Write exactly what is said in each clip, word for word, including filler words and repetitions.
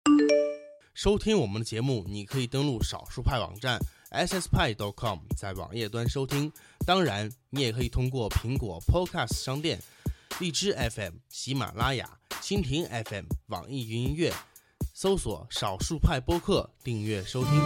收听我们的节目，你可以登录少数派网站 s s p i dot com， 在网页端收听。当然，你也可以通过苹果 Podcast 商店、荔枝 F M、喜马拉雅、蜻蜓 F M、网易云音乐搜索少数派播客，订阅收听。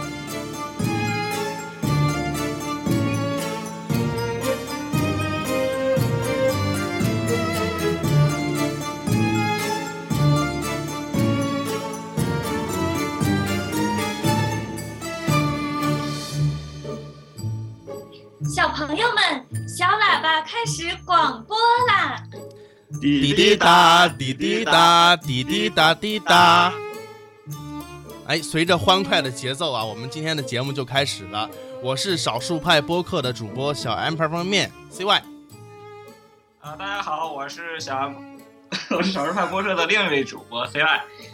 小朋友们，小喇叭开始广播啦！ 滴滴答，滴滴答，滴滴答滴答。哎，随着欢快的节奏啊，我们今天的节目就开始了。我是少数派播客的主播小 M 方便面 C Y。 啊，大家好，我是小 M， 我是少数派播客的另一位主播 C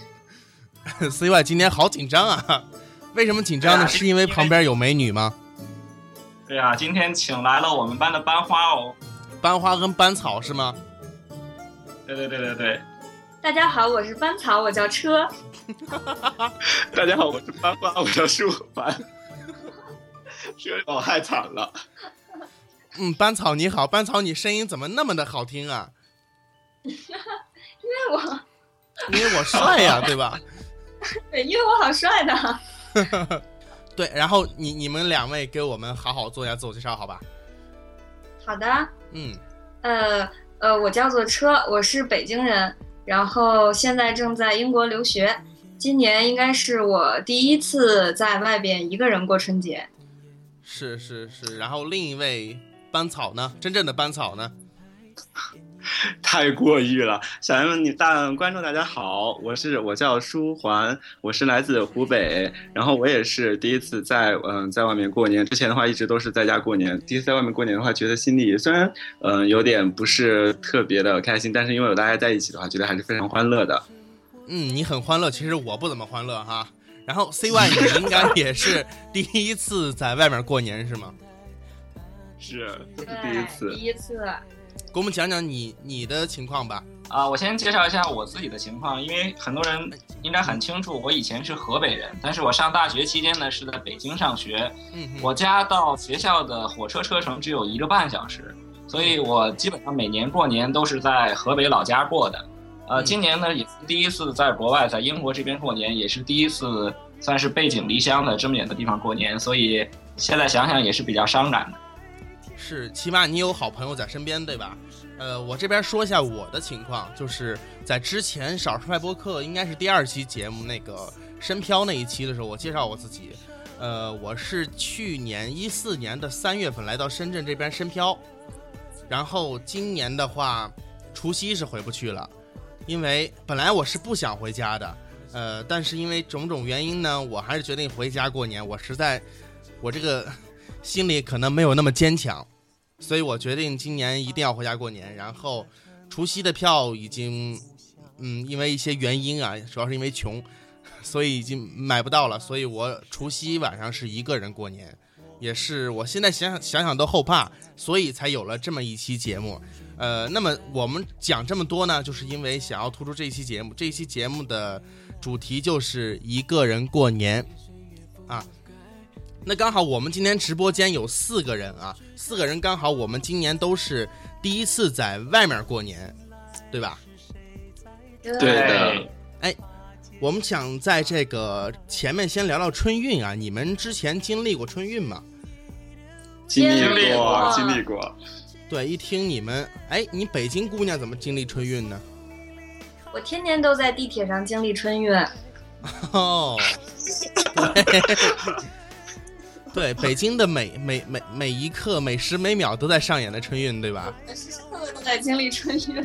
Y。 C Y 今天好紧张啊！为什么紧张呢？是因为旁边有美女吗？ 对啊，今天请来了我们班的班花哦。 班花跟班草是吗？ 对对对对对。 大家好，我是班草，我叫车。 大家好，我是班花，我叫树凡。车我害惨了。 嗯，班草你好，班草你声音怎么那么的好听啊？ 因为我， 因为我帅呀、啊，对吧？ 对，因为我好帅的。 对，然后你你们两位给我们好好做一下自我介绍，好吧？ 好的。 嗯， 呃呃，我叫做车，我是北京人，然后现在正在英国留学。今年应该是我第一次在外边一个人过春节。 是是是，然后另一位班草呢？真正的班草呢？ 太过誉了，小 M 你大观众大家好，我是我叫舒环，我是来自湖北，然后我也是第一次在嗯、呃、在外面过年，之前的话一直都是在家过年，第一次在外面过年的话，觉得心里虽然嗯、呃、有点不是特别的开心，但是因为有大家在一起的话，觉得还是非常欢乐的。 嗯，你很欢乐，其实我不怎么欢乐哈。然后 C Y 你应该也是第一次在外面过年是吗？ 是，这是第一次。 第一次。 给我们讲讲你你的情况吧。 啊，我先介绍一下我自己的情况，因为很多人应该很清楚，我以前是河北人，但是我上大学期间呢是在北京上学。嗯，我家到学校的火车车程只有一个半小时，所以我基本上每年过年都是在河北老家过的。呃，今年呢也是第一次在国外，在英国这边过年，也是第一次算是背井离乡的这么远的地方过年，所以现在想想也是比较伤感的。 是，起码你有好朋友在身边，对吧？呃，我这边说一下我的情况，就是在之前少数派播客应该是第二期节目那个深漂那一期的时候，我介绍我自己。呃，我是去年一四年的三月份来到深圳这边深漂，然后今年的话，除夕是回不去了，因为本来我是不想回家的，呃，但是因为种种原因呢，我还是决定回家过年。我实在，我这个心里可能没有那么坚强。所以我决定今年一定要回家过年，然后除夕的票已经嗯因为一些原因啊，主要是因为穷，所以已经买不到了，所以我除夕晚上是一个人过年，也是我现在想想想想都后怕，所以才有了这么一期节目。呃那么我们讲这么多呢，就是因为想要突出这一期节目，这一期节目的主题就是一个人过年啊。那刚好我们今天直播间有四个人啊，四个人刚好我们今年都是第一次在外面过年，对吧？ 对的。 哎，我们想在这个前面先聊聊春运啊，你们之前经历过春运吗？ 经历过，经历过。 对，一听你们，哎，你北京姑娘怎么经历春运呢？ 我天天都在地铁上经历春运。 哦，对。对，北京的每每每每一刻、每时每秒都在上演的春运，对吧？ 时时刻刻都在经历春运。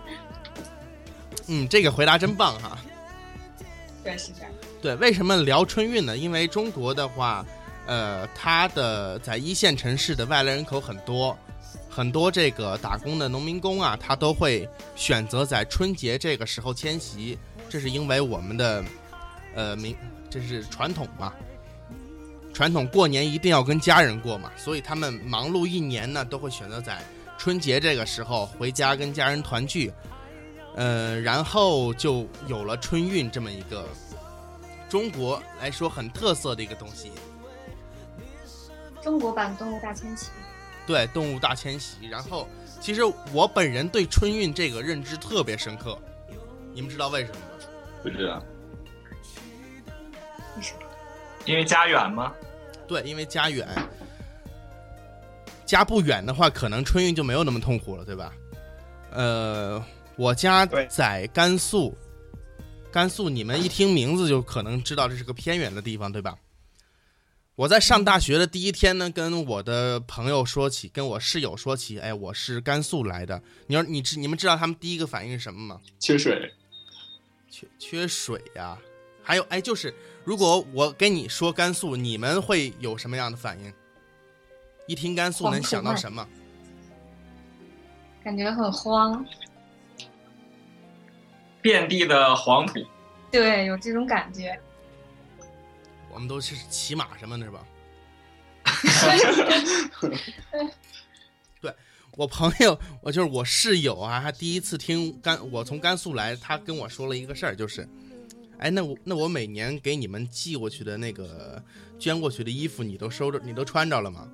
嗯，这个回答真棒哈。 对，是这样。 对，为什么聊春运呢？因为中国的话，呃，它的在一线城市的外来人口很多，很多这个打工的农民工啊，他都会选择在春节这个时候迁徙，这是因为我们的呃民，这是传统嘛。传统过年一定要跟家人过嘛，所以他们忙碌一年呢，都会选择在春节这个时候回家跟家人团聚，呃，然后就有了春运这么一个中国来说很特色的一个东西。 中国版动物大迁徙。 对，动物大迁徙。然后其实我本人对春运这个认知特别深刻，你们知道为什么吗？ 不知道。 为什么？ 因为家远吗？ 对，因为家远。家不远的话，可能春运就没有那么痛苦了，对吧？呃，我家在甘肃，甘肃你们一听名字就可能知道这是个偏远的地方，对吧？我在上大学的第一天呢，跟我的朋友说起，跟我室友说起，哎，我是甘肃来的。你要你知你们知道他们第一个反应是什么吗？ 缺水。 缺缺水呀、啊，还有哎，就是如果我跟你说甘肃，你们会有什么样的反应？一听甘肃能想到什么？ 感觉很荒， 遍地的黄土。 对，有这种感觉。 我们都是骑马什么的，是吧？对，我朋友，我就是我室友啊，他第一次听甘，我从甘肃来，他跟我说了一个事儿，就是，哎，那我那我每年给你们寄过去的那个捐过去的衣服，你都收着，你都穿着了吗？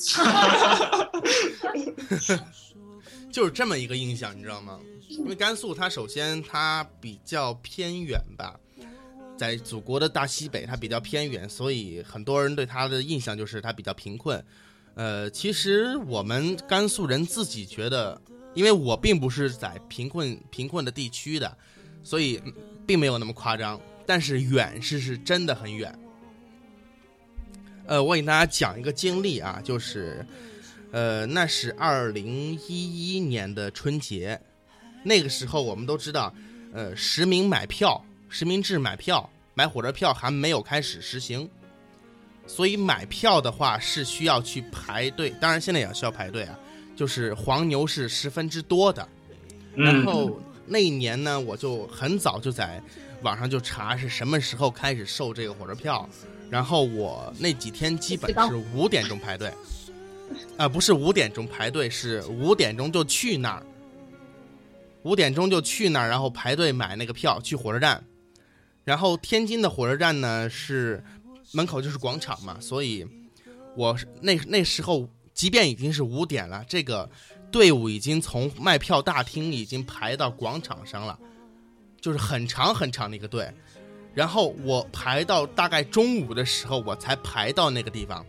就是这么一个印象，你知道吗？因为甘肃它首先它比较偏远吧。在祖国的大西北，它比较偏远，所以很多人对它的印象就是它比较贫困。呃，其实我们甘肃人自己觉得，因为我并不是在贫困贫困的地区的，所以并没有那么夸张。但是远是是真的很远。呃，我给大家讲一个经历啊，就是，呃，那是二零一一年的春节，那个时候我们都知道，呃，实名买票。实名制买票，买火车票还没有开始实行，所以买票的话是需要去排队，当然现在也需要排队啊，就是黄牛是十分之多的。然后那一年呢，我就很早就在网上就查是什么时候开始售这个火车票，然后我那几天基本是五点钟排队，啊、呃，不是五点钟排队，是五点钟就去那儿，五点钟就去那儿，然后排队买那个票去火车站。然后天津的火车站呢是门口就是广场嘛，所以我那那时候即便已经是五点了，这个队伍已经从卖票大厅已经排到广场上了，就是很长很长的一个队。然后我排到大概中午的时候，我才排到那个地方。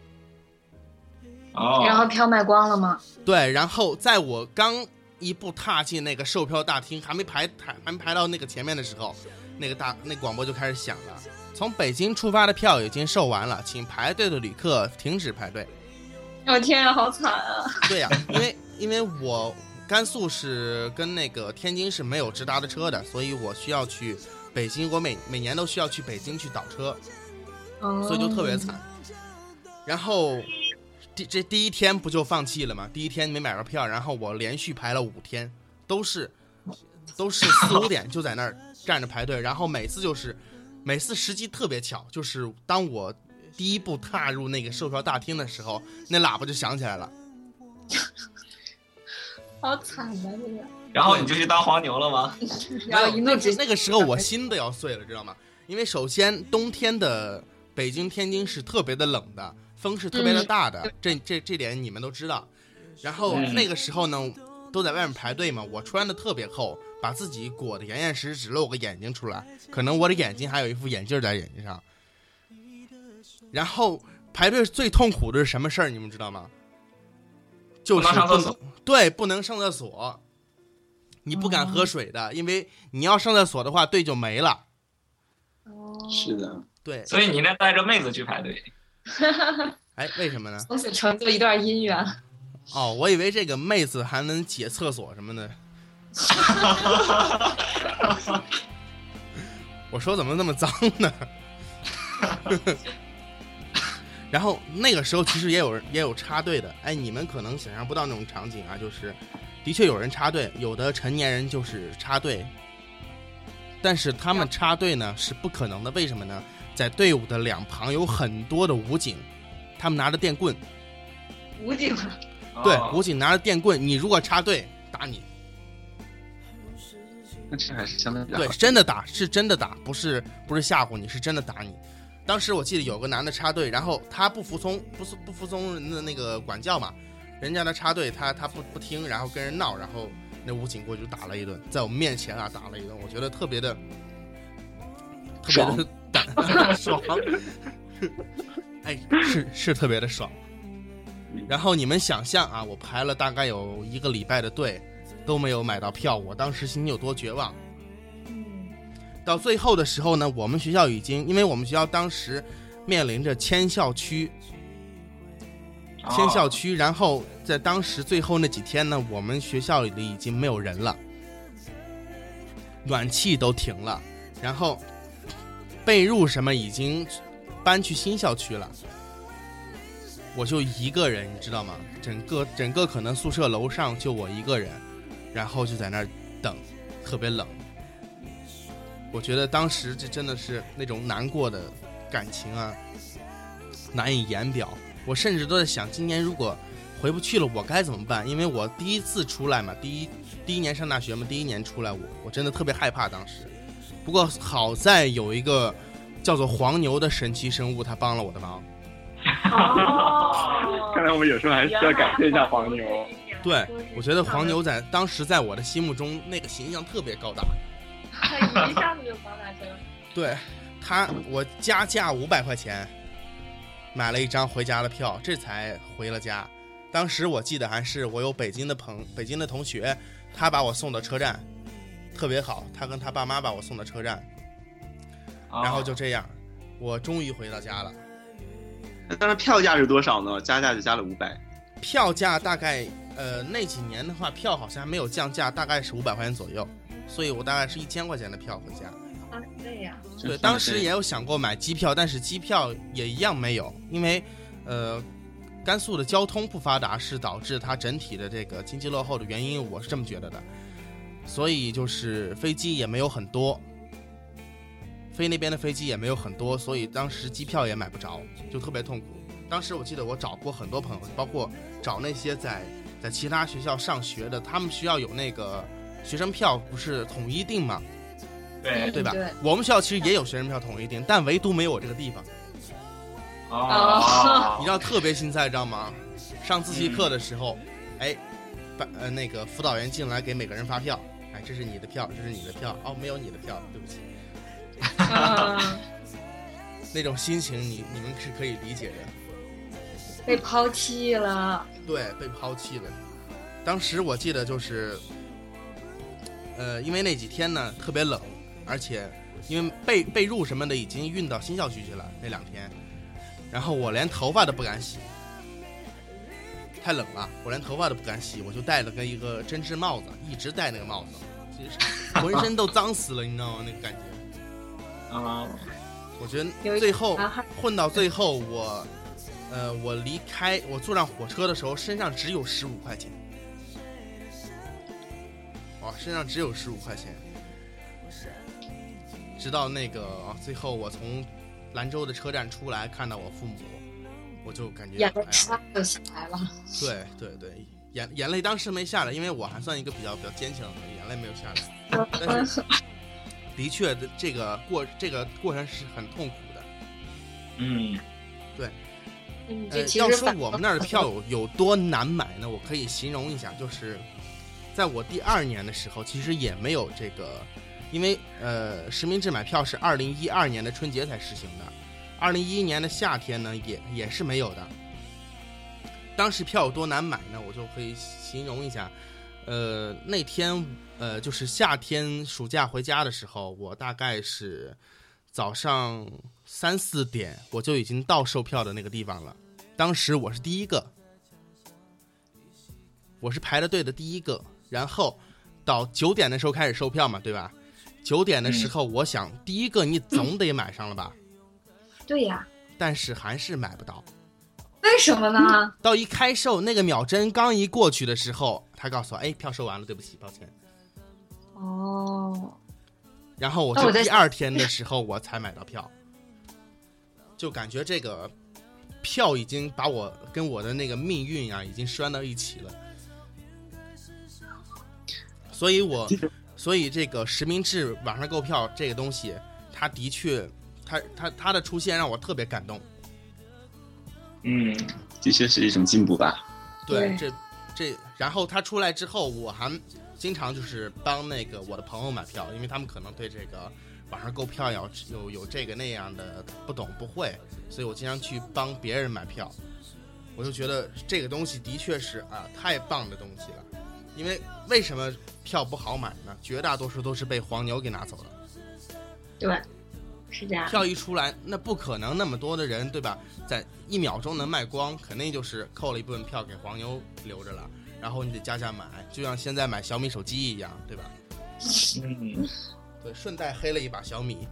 哦。 然后票卖光了吗？ 对，然后在我刚一步踏进那个售票大厅，还没排还没排到那个前面的时候。那个大那广播就开始响了，从北京出发的票已经售完了，请排队的旅客停止排队。 我、哦、天啊，好惨啊！ 对呀、啊，因为因为我甘肃是跟那个天津是没有直达的车的，所以我需要去北京，我每每年都需要去北京去倒车， 哦、 所以就特别惨。然后第这第一天不就放弃了吗？第一天没买着票，然后我连续排了五天，都是都是四五点就在那儿站着排队，然后每次就是每次时机特别巧，就是当我第一步踏入那个售票大厅的时候，那喇叭就响起来了。 好惨啊这个！ 然后你就去当黄牛了吗？ 然后一怒之那个时候我心都要碎了，知道吗？因为首先冬天的北京天津是特别的冷的，风是特别的大的，嗯、这这这点你们都知道。然后那个时候呢，都在外面排队嘛，我穿的特别厚，把自己裹得严严实实，只露个眼睛出来，可能我的眼睛还有一副眼镜在眼睛上。然后排队最痛苦的是什么事儿，你们知道吗？就是不能上厕所。 对，不能上厕所，你不敢喝水的，哦、因为你要上厕所的话，队就没了。 哦， 是的， 对， 所以你应该带着妹子去排队。 哎，为什么呢？ 从此成就一段姻缘。 哦，我以为这个妹子还能解厕所什么的。我说怎么那么脏呢？然后那个时候其实也有人也有插队的，哎，你们可能想象不到那种场景啊，就是的确有人插队，有的成年人就是插队，但是他们插队呢是不可能的，为什么呢？在队伍的两旁有很多的武警，他们拿着电棍。 武警？ 对，武警拿着电棍，你如果插队打你。 那这还是相对比较对，真的打，是真的打，不是不是吓唬你，是真的打你。当时我记得有个男的插队，然后他不服从，不是不服从人的那个管教嘛，人家的插队他他不不听，然后跟人闹，然后那武警过去就打了一顿，在我们面前啊打了一顿，我觉得特别的特别的胆爽，哎，是是特别的爽。然后你们想象啊，我排了大概有一个礼拜的队，都没有买到票，我当时心里有多绝望。到最后的时候呢，我们学校已经，因为我们学校当时面临着迁校区，迁校区，然后在当时最后那几天呢，我们学校里已经没有人了，暖气都停了，然后被褥什么已经搬去新校区了。我就一个人，你知道吗？整个整个可能宿舍楼上就我一个人，然后就在那儿等，特别冷。我觉得当时这真的是那种难过的感情啊，难以言表。我甚至都在想，今年如果回不去了，我该怎么办？因为我第一次出来嘛，第一第一年上大学嘛，第一年出来，我我真的特别害怕当时。不过好在有一个叫做黄牛的神奇生物，他帮了我的忙。 哦，看来我们有时候还是要感谢一下黄牛。 对，我觉得黄牛在当时在我的心目中那个形象特别高大， 他一下子就高大成。 对他，我加价五百块钱买了一张回家的票，这才回了家。当时我记得还是我有北京的朋北京的同学，他把我送到车站，特别好，他跟他爸妈把我送到车站，然后就这样，我终于回到家了。 当时票价是多少呢？加价就加了五百。 票价大概呃那几年的话，票好像还没有降价，大概是五百块钱左右，所以我大概是一千块钱的票回家。 啊，对呀。 对，当时也有想过买机票，但是机票也一样没有，因为呃甘肃的交通不发达是导致它整体的这个经济落后的原因，我是这么觉得的。所以就是飞机也没有很多，飞那边的飞机也没有很多，所以当时机票也买不着，就特别痛苦。当时我记得我找过很多朋友，包括找那些在在其他学校上学的，他们学校有那个学生票不是统一订吗？ 对对吧？ 对， 我们学校其实也有学生票统一订，但唯独没有我这个地方。 哦， 你知道特别心塞，知道吗？上自习课的时候，嗯、哎，把呃那个辅导员进来给每个人发票，哎，这是你的票，这是你的票，哦，没有你的票，对不起。 嗯， 那种心情你，你们是可以理解的。 被抛弃了。 对，被抛弃了。当时我记得就是，呃，因为那几天呢特别冷，而且因为被被褥什么的已经运到新校区去了那两天，然后我连头发都不敢洗，太冷了，我连头发都不敢洗，我就戴了个一个针织帽子，一直戴那个帽子，其实浑身都脏死了，你知道吗？那个感觉。 啊、 嗯，我觉得最后混到最后我。呃，我离开，我坐上火车的时候，身上只有十五块钱。哇，身上只有十五块钱。直到那个最后，我从兰州的车站出来，看到我父母，我就感觉眼泪唰就下来了。 对对对，眼眼泪当时没下来，因为我还算一个比较比较坚强的人，眼泪没有下来。但是的确，这个过这个过程是很痛苦的。 嗯， 对。 嗯， 呃，要说我们那儿的票有有多难买呢？我可以形容一下，就是在我第二年的时候，其实也没有这个，因为呃实名制买票是二零一二年的春节才实行的，二零一一年的夏天呢也也是没有的。当时票有多难买呢？我就可以形容一下，呃那天呃就是夏天暑假回家的时候，我大概是早上三四点我就已经到售票的那个地方了，当时我是第一个，我是排了队的第一个，然后到九点的时候开始售票嘛，对吧？九点的时候，我想、嗯、第一个你总得买上了吧？ 对呀， 但是还是买不到。 为什么呢？ 到一开售那个秒针刚一过去的时候，他告诉我，哎，票售完了，对不起，抱歉。 哦。 然后我是第二天的时候我才买到票，就感觉这个票已经把我跟我的那个命运啊已经拴到一起了，所以我所以这个实名制网上购票这个东西，它的确，它它它的出现让我特别感动。 嗯，的确是一种进步吧。 对，这这，然后它出来之后，我还经常就是帮那个我的朋友买票，因为他们可能对这个网上购票要有有这个那样的不懂不会，所以我经常去帮别人买票。我就觉得这个东西的确是啊太棒的东西了。因为为什么票不好买呢？绝大多数都是被黄牛给拿走了。 对，是这样。 票一出来，那不可能那么多的人，对吧？在一秒钟能卖光，肯定就是扣了一部分票给黄牛留着了，然后你得加价买，就像现在买小米手机一样，对吧？ 嗯， 对，顺带黑了一把小米。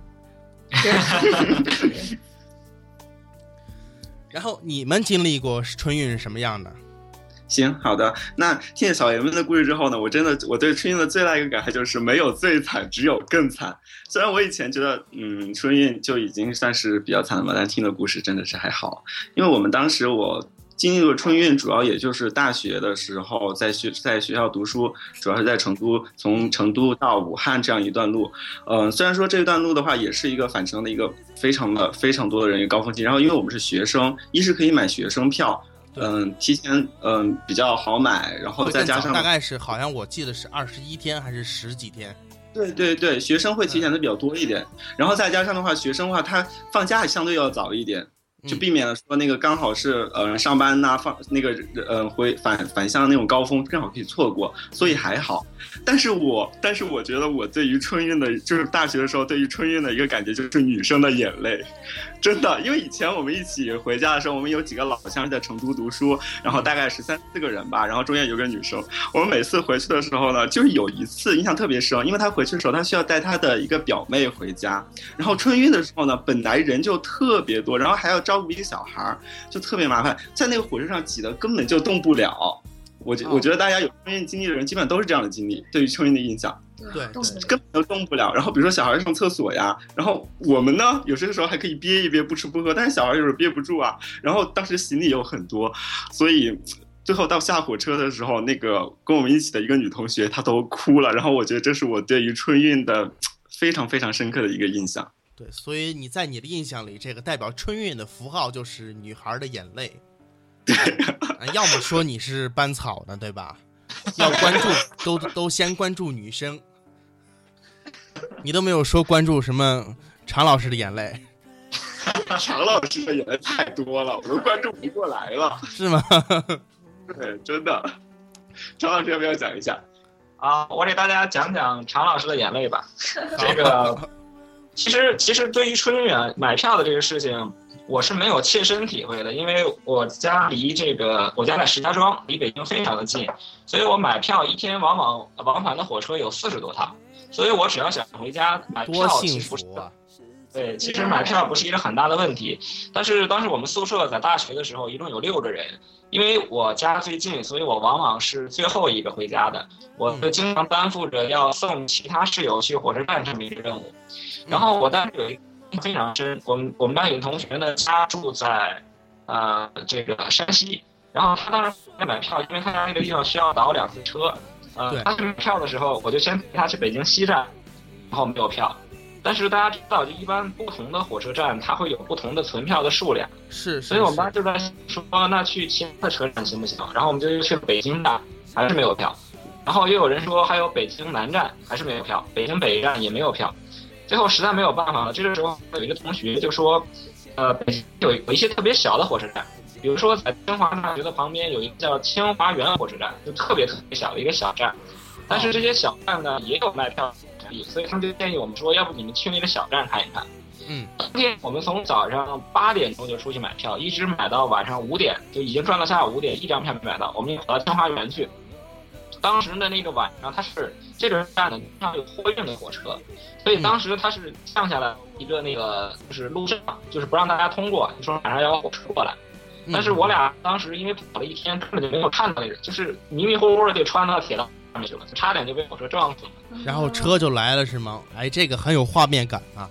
然后你们经历过春运是什么样的？ 行，好的。那听见小爷们的故事之后呢，我真的我对春运的最大一个感慨就是没有最惨，只有更惨。虽然我以前觉得，嗯，春运就已经算是比较惨了嘛，但听的故事真的是还好。因为我们当时我经历过春运，主要也就是大学的时候在学在学校读书，主要是在成都，从成都到武汉这样一段路。嗯、呃，虽然说这段路的话也是一个返程的一个非常的非常多的人一个高峰期，然后因为我们是学生，一是可以买学生票。嗯，提前嗯比较好买，然后再加上大概是好像我记得是二十一天还是十几天。 对对对，学生会提前的比较多一点，然后再加上的话，学生的话他放假相对要早一点，就避免了说那个刚好是呃上班呐、啊、放那个呃回返返乡那种高峰正好可以错过，所以还好。但是我但是我觉得我对于春运的，就是大学的时候对于春运的一个感觉就是女生的眼泪。真的，因为以前我们一起回家的时候，我们有几个老乡在成都读书，然后大概十三四个人吧，然后中间有个女生。我们每次回去的时候呢，就是有一次印象特别深，因为她回去的时候，她需要带她的一个表妹回家，然后春运的时候呢，本来人就特别多，然后还要照顾一个小孩，就特别麻烦，在那个火车上挤得根本就动不了。我觉我觉得大家有春运经历的人，基本上都是这样的经历，对于春运的印象。 对， 根本都动不了。然后比如说小孩上厕所呀，然后我们呢有些时候还可以憋一憋不吃不喝，但是小孩有时候憋不住啊。然后当时行李有很多，所以最后到下火车的时候，那个跟我们一起的一个女同学她都哭了。然后我觉得这是我对于春运的非常非常深刻的一个印象。 对，所以你在你的印象里，这个代表春运的符号就是女孩的眼泪。 对， 要么说你是班草的，对吧？要关注都都先关注女生。你都没有说关注什么常老师的眼泪。 常老师的眼泪太多了，我都关注不过来了。 是吗？ 对，真的。常老师要不要讲一下？ 啊，我给大家讲讲常老师的眼泪吧。这个其实其实对于春运啊买票的这个事情，我是没有切身体会的，因为我家离这个我家在石家庄，离北京非常的近，所以我买票一天往往往返的火车有四十多趟。所以我只要想回家买票， 多幸福啊！ 对，其实买票不是一个很大的问题。但是当时我们宿舍在大学的时候，一共有六个人，因为我家最近，所以我往往是最后一个回家的。我就经常担负着要送其他室友去火车站这么一个任务。然后我当时有一个非常深，我们我们班有个同学呢，家住在呃这个山西，然后他当时在买票，因为他家那个地方需要倒两次车。呃，他去买票的时候，我就先陪他去北京西站，然后没有票。但是大家知道，就一般不同的火车站，它会有不同的存票的数量。 是， 所以我们班就在说，那去其他的车站行不行？然后我们就去北京站，还是没有票。然后又有人说，还有北京南站，还是没有票。北京北站也没有票。最后实在没有办法了，这个时候有一个同学就说，呃，北京有有一些特别小的火车站。比如说，在清华大学的旁边有一个叫清华园火车站，就特别特别小的一个小站。但是这些小站呢，也有卖票权利，所以他们就建议我们说，要不你们去那个小站看一看。 嗯， 当天我们从早上八点钟就出去买票，一直买到晚上五点，就已经转到下午五点，一张票没买到，我们就跑到清华园去。当时的那个晚上，它是这个站呢上有托运的火车，所以当时它是降下来一个那个就是路障，就是不让大家通过，就说马上要有火车过来。但是我俩当时因为跑了一天，根本就没有看到那个，就是迷迷糊糊的就穿到铁道上面去了，差点就被火车撞死了。 然后车就来了是吗？哎，这个很有画面感啊。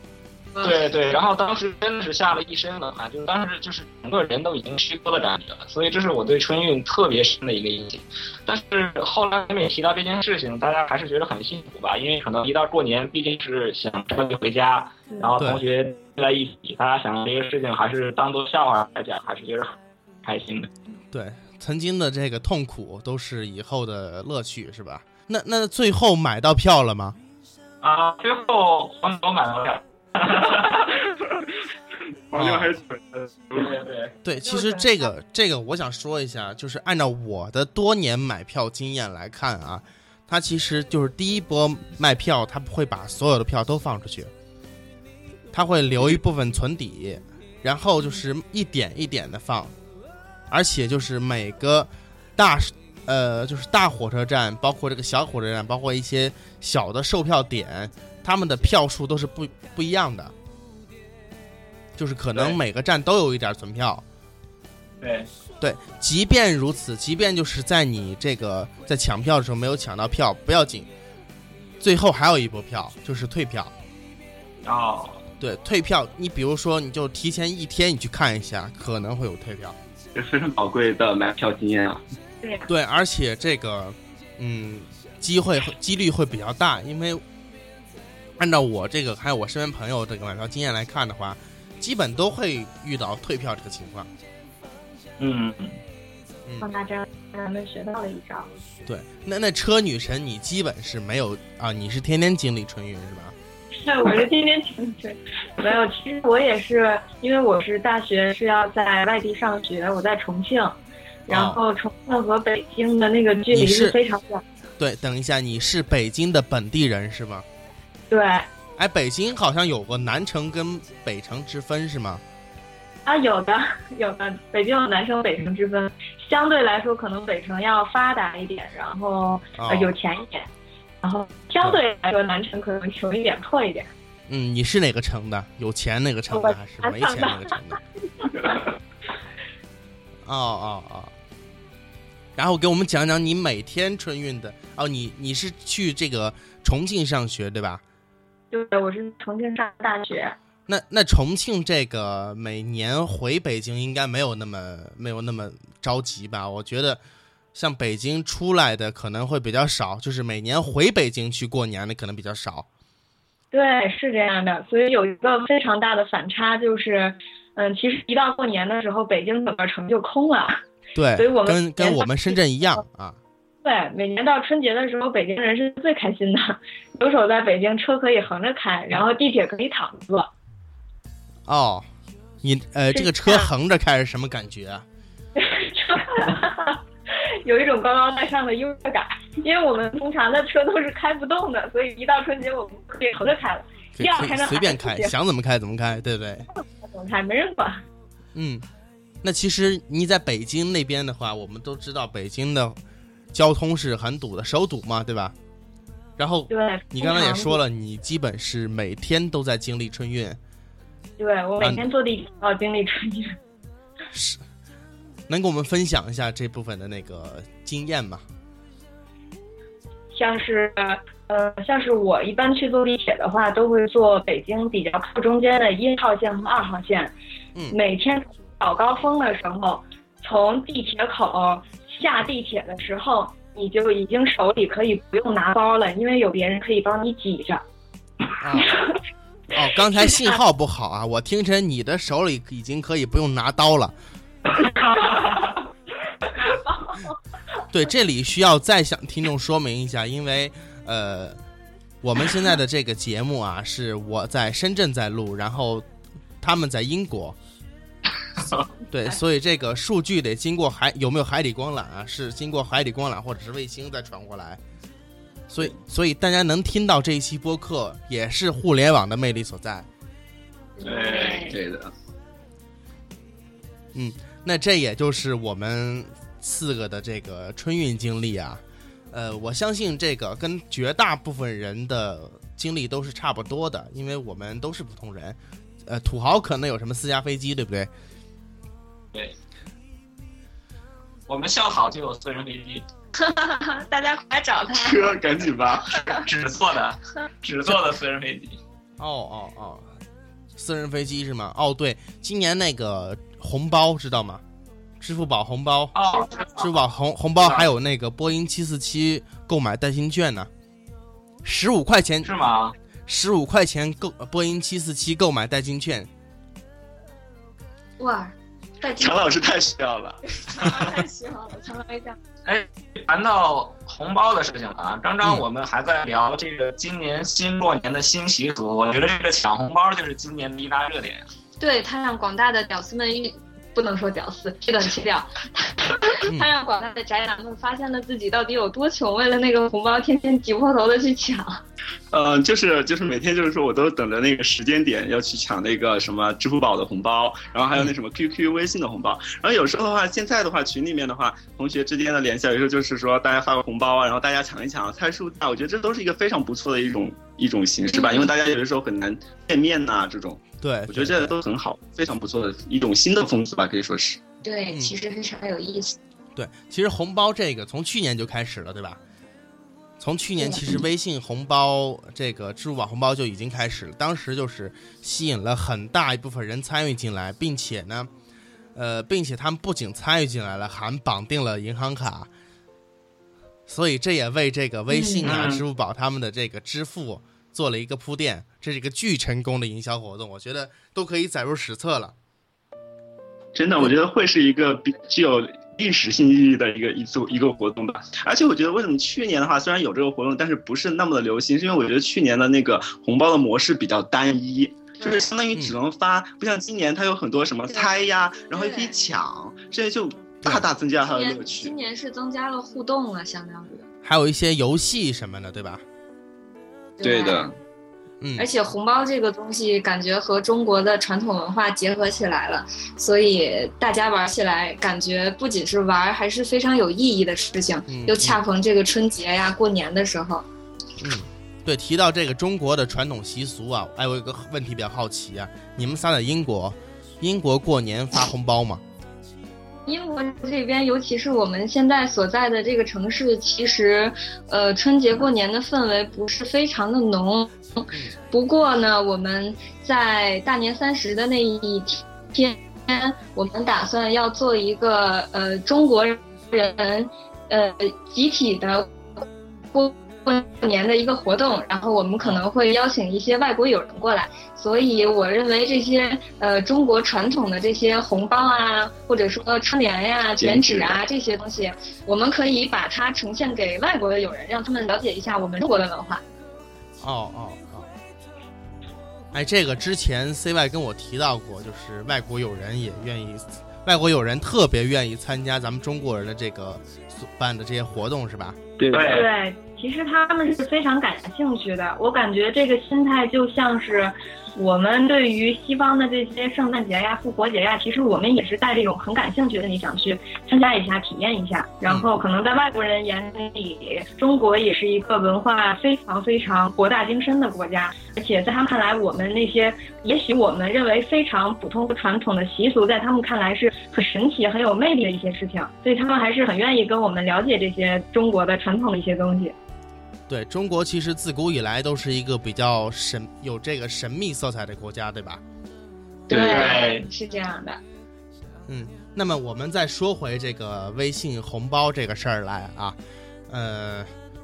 对对，然后当时真的是下了一身冷汗，就当时就是整个人都已经虚脱的感觉了，所以这是我对春运特别深的一个印象。但是后来每提到这件事情，大家还是觉得很幸福吧，因为可能一到过年，毕竟是想彻底回家，然后同学在一起，大家想这个事情还是当做笑话来讲，还是觉得很开心的。 对，曾经的这个痛苦都是以后的乐趣，是吧？那那最后买到票了吗？ 啊，最后黄牛买到票。 黄牛还是蠢的， 对对对对，其实这个这个我想说一下，就是按照我的多年买票经验来看啊，它其实就是第一波卖票，它不会把所有的票都放出去，它会留一部分存底，然后就是一点一点的放，而且就是每个大呃就是大火车站，包括这个小火车站，包括一些小的售票点，他们的票数都是不不一样的。就是可能每个站都有一点存票， 对对，即便如此，即便就是在你这个在抢票的时候没有抢到票，不要紧，最后还有一波票，就是退票。 哦， 对，退票，你比如说你就提前一天你去看一下，可能会有退票， 这非常宝贵的买票经验啊。 对呀， 对，而且这个嗯机会几率会比较大，因为按照我这个还有我身边朋友这个买票经验来看的话，基本都会遇到退票这个情况。 嗯， 放大招咱们学到了一招。 对，那那车女神你基本是没有啊？你是天天经历春运是吧？ 是，我是天天经历。没有，其实我也是，因为我是大学是要在外地上学，我在重庆，然后重庆和北京的那个距离是非常远。 对，等一下，你是北京的本地人是吗？ 对。 哎，北京好像有个南城跟北城之分是吗？ 啊，有的，有的，北京有南城北城之分，相对来说可能北城要发达一点，然后、 哦、 呃有钱一点，然后相对来说南城可能穷一点破一点。 嗯，你是哪个城的？有钱那个城的还是没钱那个城的？哦哦哦。然后给我们讲讲你每天春运的哦，你你是去这个重庆上学对吧？ 对，我是重庆上大学。 那那重庆这个每年回北京应该没有那么没有那么着急吧？我觉得像北京出来的可能会比较少，就是每年回北京去过年的可能比较少。 对，是这样的，所以有一个非常大的反差，就是嗯，其实一到过年的时候，北京整个城就空了。 对， 所以我们跟跟我们深圳一样啊。 对，每年到春节的时候，北京人是最开心的。有手在北京，车可以横着开，然后地铁可以躺着坐。 哦，你呃，这个车横着开是什么感觉啊？ 有一种高高在上的优越感，因为我们通常的车都是开不动的，所以一到春节我们可以横着开了，要开随便开，想怎么开怎么开，对不对？ 怎么开没人管。 嗯，那其实你在北京那边的话，我们都知道北京的交通是很堵的，首堵嘛，对吧？然后对， 你刚才也说了，你基本是每天都在经历春运。 对，我每天坐地铁要经历春运。 是，能给我们分享一下这部分的那个经验吗？ 像是呃，像是我一般去坐地铁的话，都会坐北京比较靠中间的一号线和二号线。 嗯， 每天早高峰的时候，从地铁口下地铁的时候，你就已经手里可以不用拿包了，因为有别人可以帮你挤着。 啊、哦，刚才信号不好啊，我听成你的手里已经可以不用拿刀了。对，这里需要再向听众说明一下，因为呃，我们现在的这个节目啊，是我在深圳在录，然后他们在英国。对，所以这个数据得经过海有没有海底光缆啊？是经过海底光缆或者是卫星再传过来。所以，所以大家能听到这一期播客，也是互联网的魅力所在。 对， 对的。 嗯，那这也就是我们四个的这个春运经历啊。呃，我相信这个跟绝大部分人的经历都是差不多的，因为我们都是普通人。呃，土豪可能有什么私家飞机，对不对？ 对，我们校草就有私人飞机。 大家快来找他， 车赶紧吧， 纸做的，纸做的私人飞机。 哦哦哦， 私人飞机是吗？哦，对，今年那个红包知道吗？支付宝红包， 哦， 支付宝红红包还有那个波音七四七购买代金券呢，十五块钱是吗？ 十五块钱购波音七四七购买代金券。 哇，代金常老师太需要了， 太需要了，常来讲。 哎，谈到红包的事情啊，刚刚我们还在聊这个今年新过年的新习俗，我觉得这个抢红包就是今年的一大热点。 对，他让广大的屌丝们遇。不能说屌丝，这段去掉。他让广大的宅男们发现了自己到底有多穷，为了那个红包，天天挤破头的去抢。 呃，就是就是每天就是说我都等着那个时间点要去抢那个什么支付宝的红包，然后还有那什么 Q Q、微信的红包。然后有时候的话，现在的话群里面的话，同学之间的联系，有时候就是说大家发个红包啊，然后大家抢一抢，猜数字啊，我觉得这都是一个非常不错的一种一种形式吧，因为大家有的时候很难见面呐、啊，这种。 对， 我觉得这都很好，非常不错的一种新的风俗吧，可以说是。 对，其实非常有意思。 对，其实红包这个从去年就开始了，对吧？从去年其实微信红包这个支付宝红包就已经开始了，当时就是吸引了很大一部分人参与进来，并且呢，呃，并且他们不仅参与进来了，还绑定了银行卡，所以这也为这个微信啊、嗯、支付宝他们的这个支付做了一个铺垫，这是一个巨成功的营销活动，我觉得都可以载入史册了。 真的，我觉得会是一个比具有历史性意义的一个一组一个活动吧。而且我觉得为什么去年的话虽然有这个活动，但是不是那么的流行，是因为我觉得去年的那个红包的模式比较单一，就是相当于只能发，不像今年它有很多什么猜呀，然后也可以抢，这就大大增加它的乐趣。 今年是增加了互动了，相当于还有一些游戏什么的，对吧？ 对的。 嗯，而且红包这个东西感觉和中国的传统文化结合起来了，所以大家玩起来感觉不仅是玩，还是非常有意义的事情。嗯、又恰逢这个春节呀、过年的时候。 嗯，对，提到这个中国的传统习俗啊，哎，我有个问题比较好奇啊，你们仨在英国，英国过年发红包吗？ 英国这边，尤其是我们现在所在的这个城市，其实，呃，春节过年的氛围不是非常的浓。不过呢，我们在大年三十的那一天，我们打算要做一个呃中国人呃集体的过过年的一个活动，然后我们可能会邀请一些外国友人过来，所以我认为这些呃中国传统的这些红包啊，或者说春联呀、剪纸啊这些东西，我们可以把它呈现给外国的友人，让他们了解一下我们中国的文化。 哦哦哦，哎，这个之前 C Y 跟我提到过，就是外国友人也愿意，外国友人特别愿意参加咱们中国人的这个所办的这些活动，是吧？ 对对，其实他们是非常感兴趣的。我感觉这个心态就像是我们对于西方的这些圣诞节呀、复活节呀，其实我们也是带这种很感兴趣的，你想去参加一下、体验一下。然后可能在外国人眼里，中国也是一个文化非常非常博大精深的国家，而且在他们看来，我们那些也许我们认为非常普通和传统的习俗，在他们看来是很神奇、很有魅力的一些事情，所以他们还是很愿意跟我们了解这些中国的传统的一些东西。 对，中国其实自古以来都是一个比较神有这个神秘色彩的国家，对吧？ 对，是这样的。 嗯，那么我们再说回这个微信红包这个事儿来啊，呃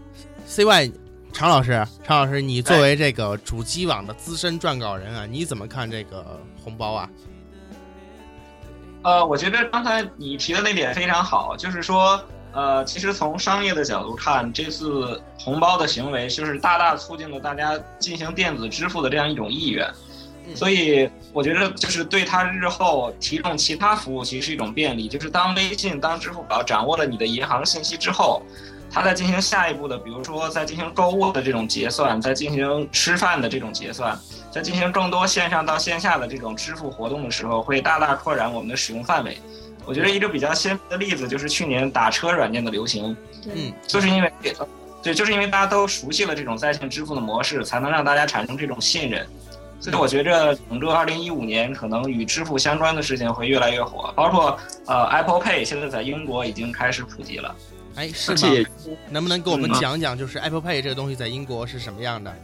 ，C Y 常老师，常老师，你作为这个主机网的资深撰稿人啊，你怎么看这个红包啊？ 呃，我觉得刚才你提的那点非常好，就是说。呃，其实从商业的角度看，这次红包的行为就是大大促进了大家进行电子支付的这样一种意愿，所以我觉得就是对它日后提供其他服务其实是一种便利。就是当微信、当支付宝掌握了你的银行信息之后，它在进行下一步的，比如说在进行购物的这种结算，在进行吃饭的这种结算，在进行更多线上到线下的这种支付活动的时候，会大大扩展我们的使用范围。我觉得一个比较鲜明的例子就是去年打车软件的流行，嗯，就是因为，对，就是因为大家都熟悉了这种在线支付的模式，才能让大家产生这种信任。所以我觉着整个二零一五年可能与支付相关的事情会越来越火，包括呃 Apple Pay 现在在英国已经开始普及了。 哎，是吗？能不能给我们讲讲，就是 Apple Pay 这个东西在英国是什么样的？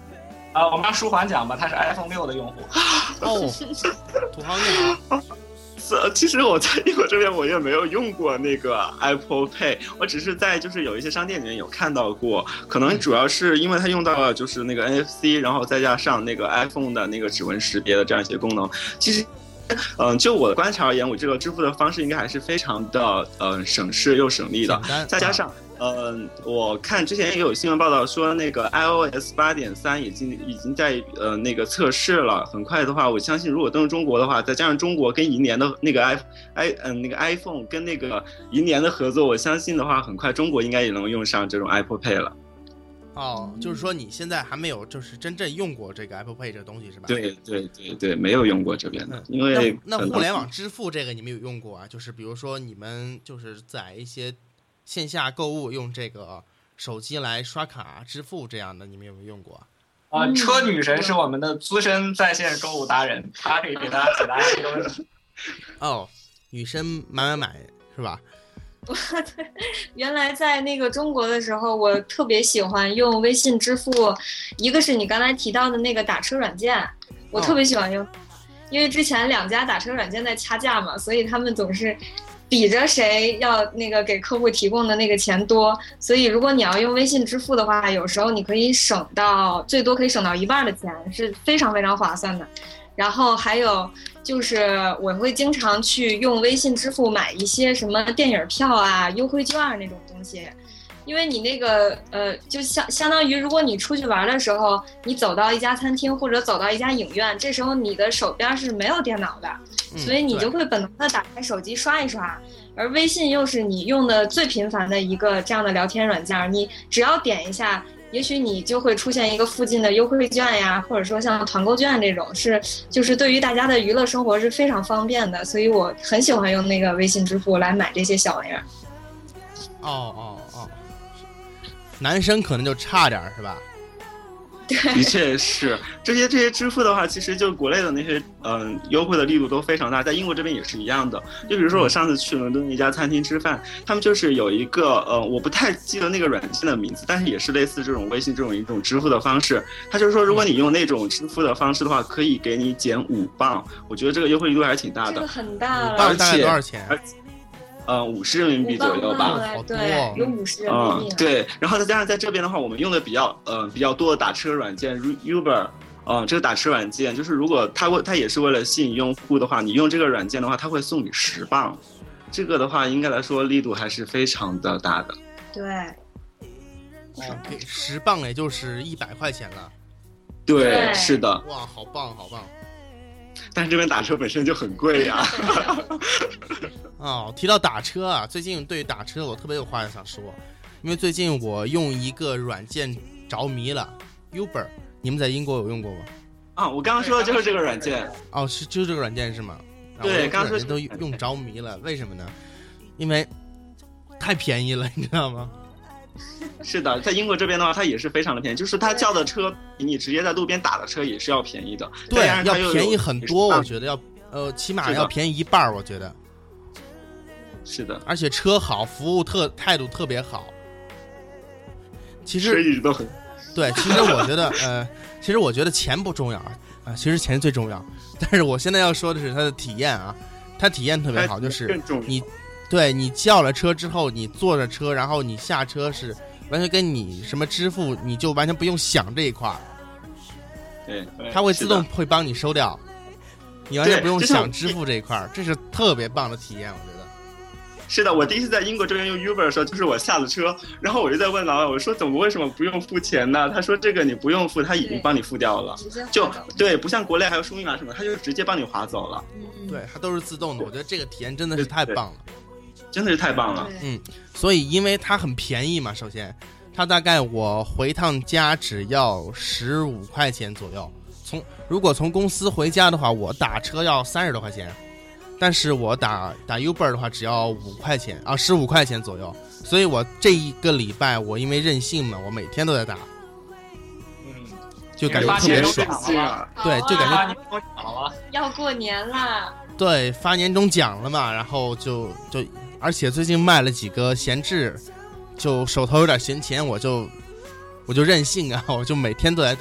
啊，我们让舒缓讲吧，他是 iPhone 六的用户。 哦，土豪你好。 其实我在英国这边我也没有用过那个 Apple Pay， 我只是在就是有一些商店里面有看到过，可能主要是因为它用到了就是那个 N F C， 然后再加上那个 iPhone 的那个指纹识别的这样一些功能。其实嗯，就我的观察而言，我这个支付的方式应该还是非常的呃省事又省力的，再加上呃，我看之前也有新闻报道说，那个 iOS 八点三已经已经在呃那个测试了，很快的话，我相信如果登陆中国的话，再加上中国跟银联的那个 i i 嗯、呃、那个 iPhone 跟那个银联的合作，我相信的话，很快中国应该也能用上这种 Apple Pay 了。 哦，就是说你现在还没有就是真正用过这个 Apple Pay 这个东西是吧？ 对对对对，没有用过这边的，嗯、因为那那互联网支付这个你们有用过啊？就是比如说你们就是在一些线下购物用这个手机来刷卡支付这样的，你们有没有用过啊？呃、车女神是我们的资深在线购物达人，她可以给大家解答这个问题。 哦，女生买买买是吧？ 对，原来在那个中国的时候，我特别喜欢用微信支付，一个是你刚才提到的那个打车软件，我特别喜欢用，哦、因为之前两家打车软件在掐架嘛，所以他们总是比着谁要那个给客户提供的那个钱多，所以如果你要用微信支付的话，有时候你可以省到最多可以省到一半的钱，是非常非常划算的。然后还有就是我会经常去用微信支付买一些什么电影票啊、优惠券那种东西，因为你那个呃，就相相当于如果你出去玩的时候，你走到一家餐厅或者走到一家影院，这时候你的手边是没有电脑的，所以你就会本能的打开手机刷一刷。而微信又是你用的最频繁的一个这样的聊天软件，你只要点一下，也许你就会出现一个附近的优惠券呀，或者说像团购券这种，是就是对于大家的娱乐生活是非常方便的，所以我很喜欢用那个微信支付来买这些小玩意儿。 哦哦哦，男生可能就差点是吧？ 的确是，这些这些支付的话，其实就国内的那些嗯、呃、优惠的力度都非常大，在英国这边也是一样的。就比如说我上次去伦敦一家餐厅吃饭，他们就是有一个呃我不太记得那个软件的名字，但是也是类似这种微信这种一种支付的方式。他就是说，如果你用那种支付的方式的话，可以给你减五磅，我觉得这个优惠力度还是挺大的。 这个很大了。 五磅大概多少钱？ 呃，五十人民币左右吧， 好多， 对，有五十人民币、 嗯。对，然后再加上在这边的话，我们用的比较呃比较多的打车软件 ，Uber， 呃，这个打车软件就是如果它它也是为了吸引用户的话，你用这个软件的话，它会送你十磅，这个的话应该来说力度还是非常的大的。 对， 哦，给十磅也就是一百块钱了。 对， 对是的。 哇，好棒，好棒。 但是这边打车本身就很贵呀、啊。 哦，提到打车啊，最近对于打车我特别有话想说，因为最近我用一个软件着迷了 ，Uber， 你们在英国有用过吗？ 啊，我刚刚说的就是这个软件。 哦，是就是这个软件是吗？ 对，刚刚说都用着迷了，为什么呢？因为太便宜了，你知道吗？ 是的，在英国这边的话，它也是非常的便宜，就是它叫的车比你直接在路边打的车也是要便宜的。 对，要便宜很多，我觉得要呃，起码要便宜一半，我觉得。 是的， 而且车好，服务特态度特别好。其实车一直都很对，其实我觉得呃，其实我觉得钱不重要啊、呃，其实钱最重要。但是我现在要说的是它的体验啊，它体验特别好，就是你。对，你叫了车之后，你坐着车，然后你下车是完全跟你什么支付，你就完全不用想这一块儿。 对， 它会自动会帮你收掉，你完全不用想支付这一块儿，这是特别棒的体验，我觉得。 是的，我第一次在英国这边用 Uber 的时候，就是我下了车，然后我就在问老板，我说怎么为什么不用付钱呢？他说这个你不用付，他已经帮你付掉了，就对，不像国内还有输密码什么，他就直接帮你划走了。 嗯，对，它都是自动的，我觉得这个体验真的是太棒了。 真的是太棒了， 嗯，所以因为它很便宜嘛，首先，它大概我回趟家只要十五块钱左右。从如果从公司回家的话，我打车要三十多块钱，但是我打打 Uber 的话只要五块钱啊，十五块钱左右。所以我这一个礼拜我因为任性嘛，我每天都在打， 嗯， 就感觉特别爽，对，就感觉要过年啦， 对，发年终奖了嘛，然后就就。而且最近卖了几个闲置，就手头有点闲钱，我就我就任性啊，我就每天都在打，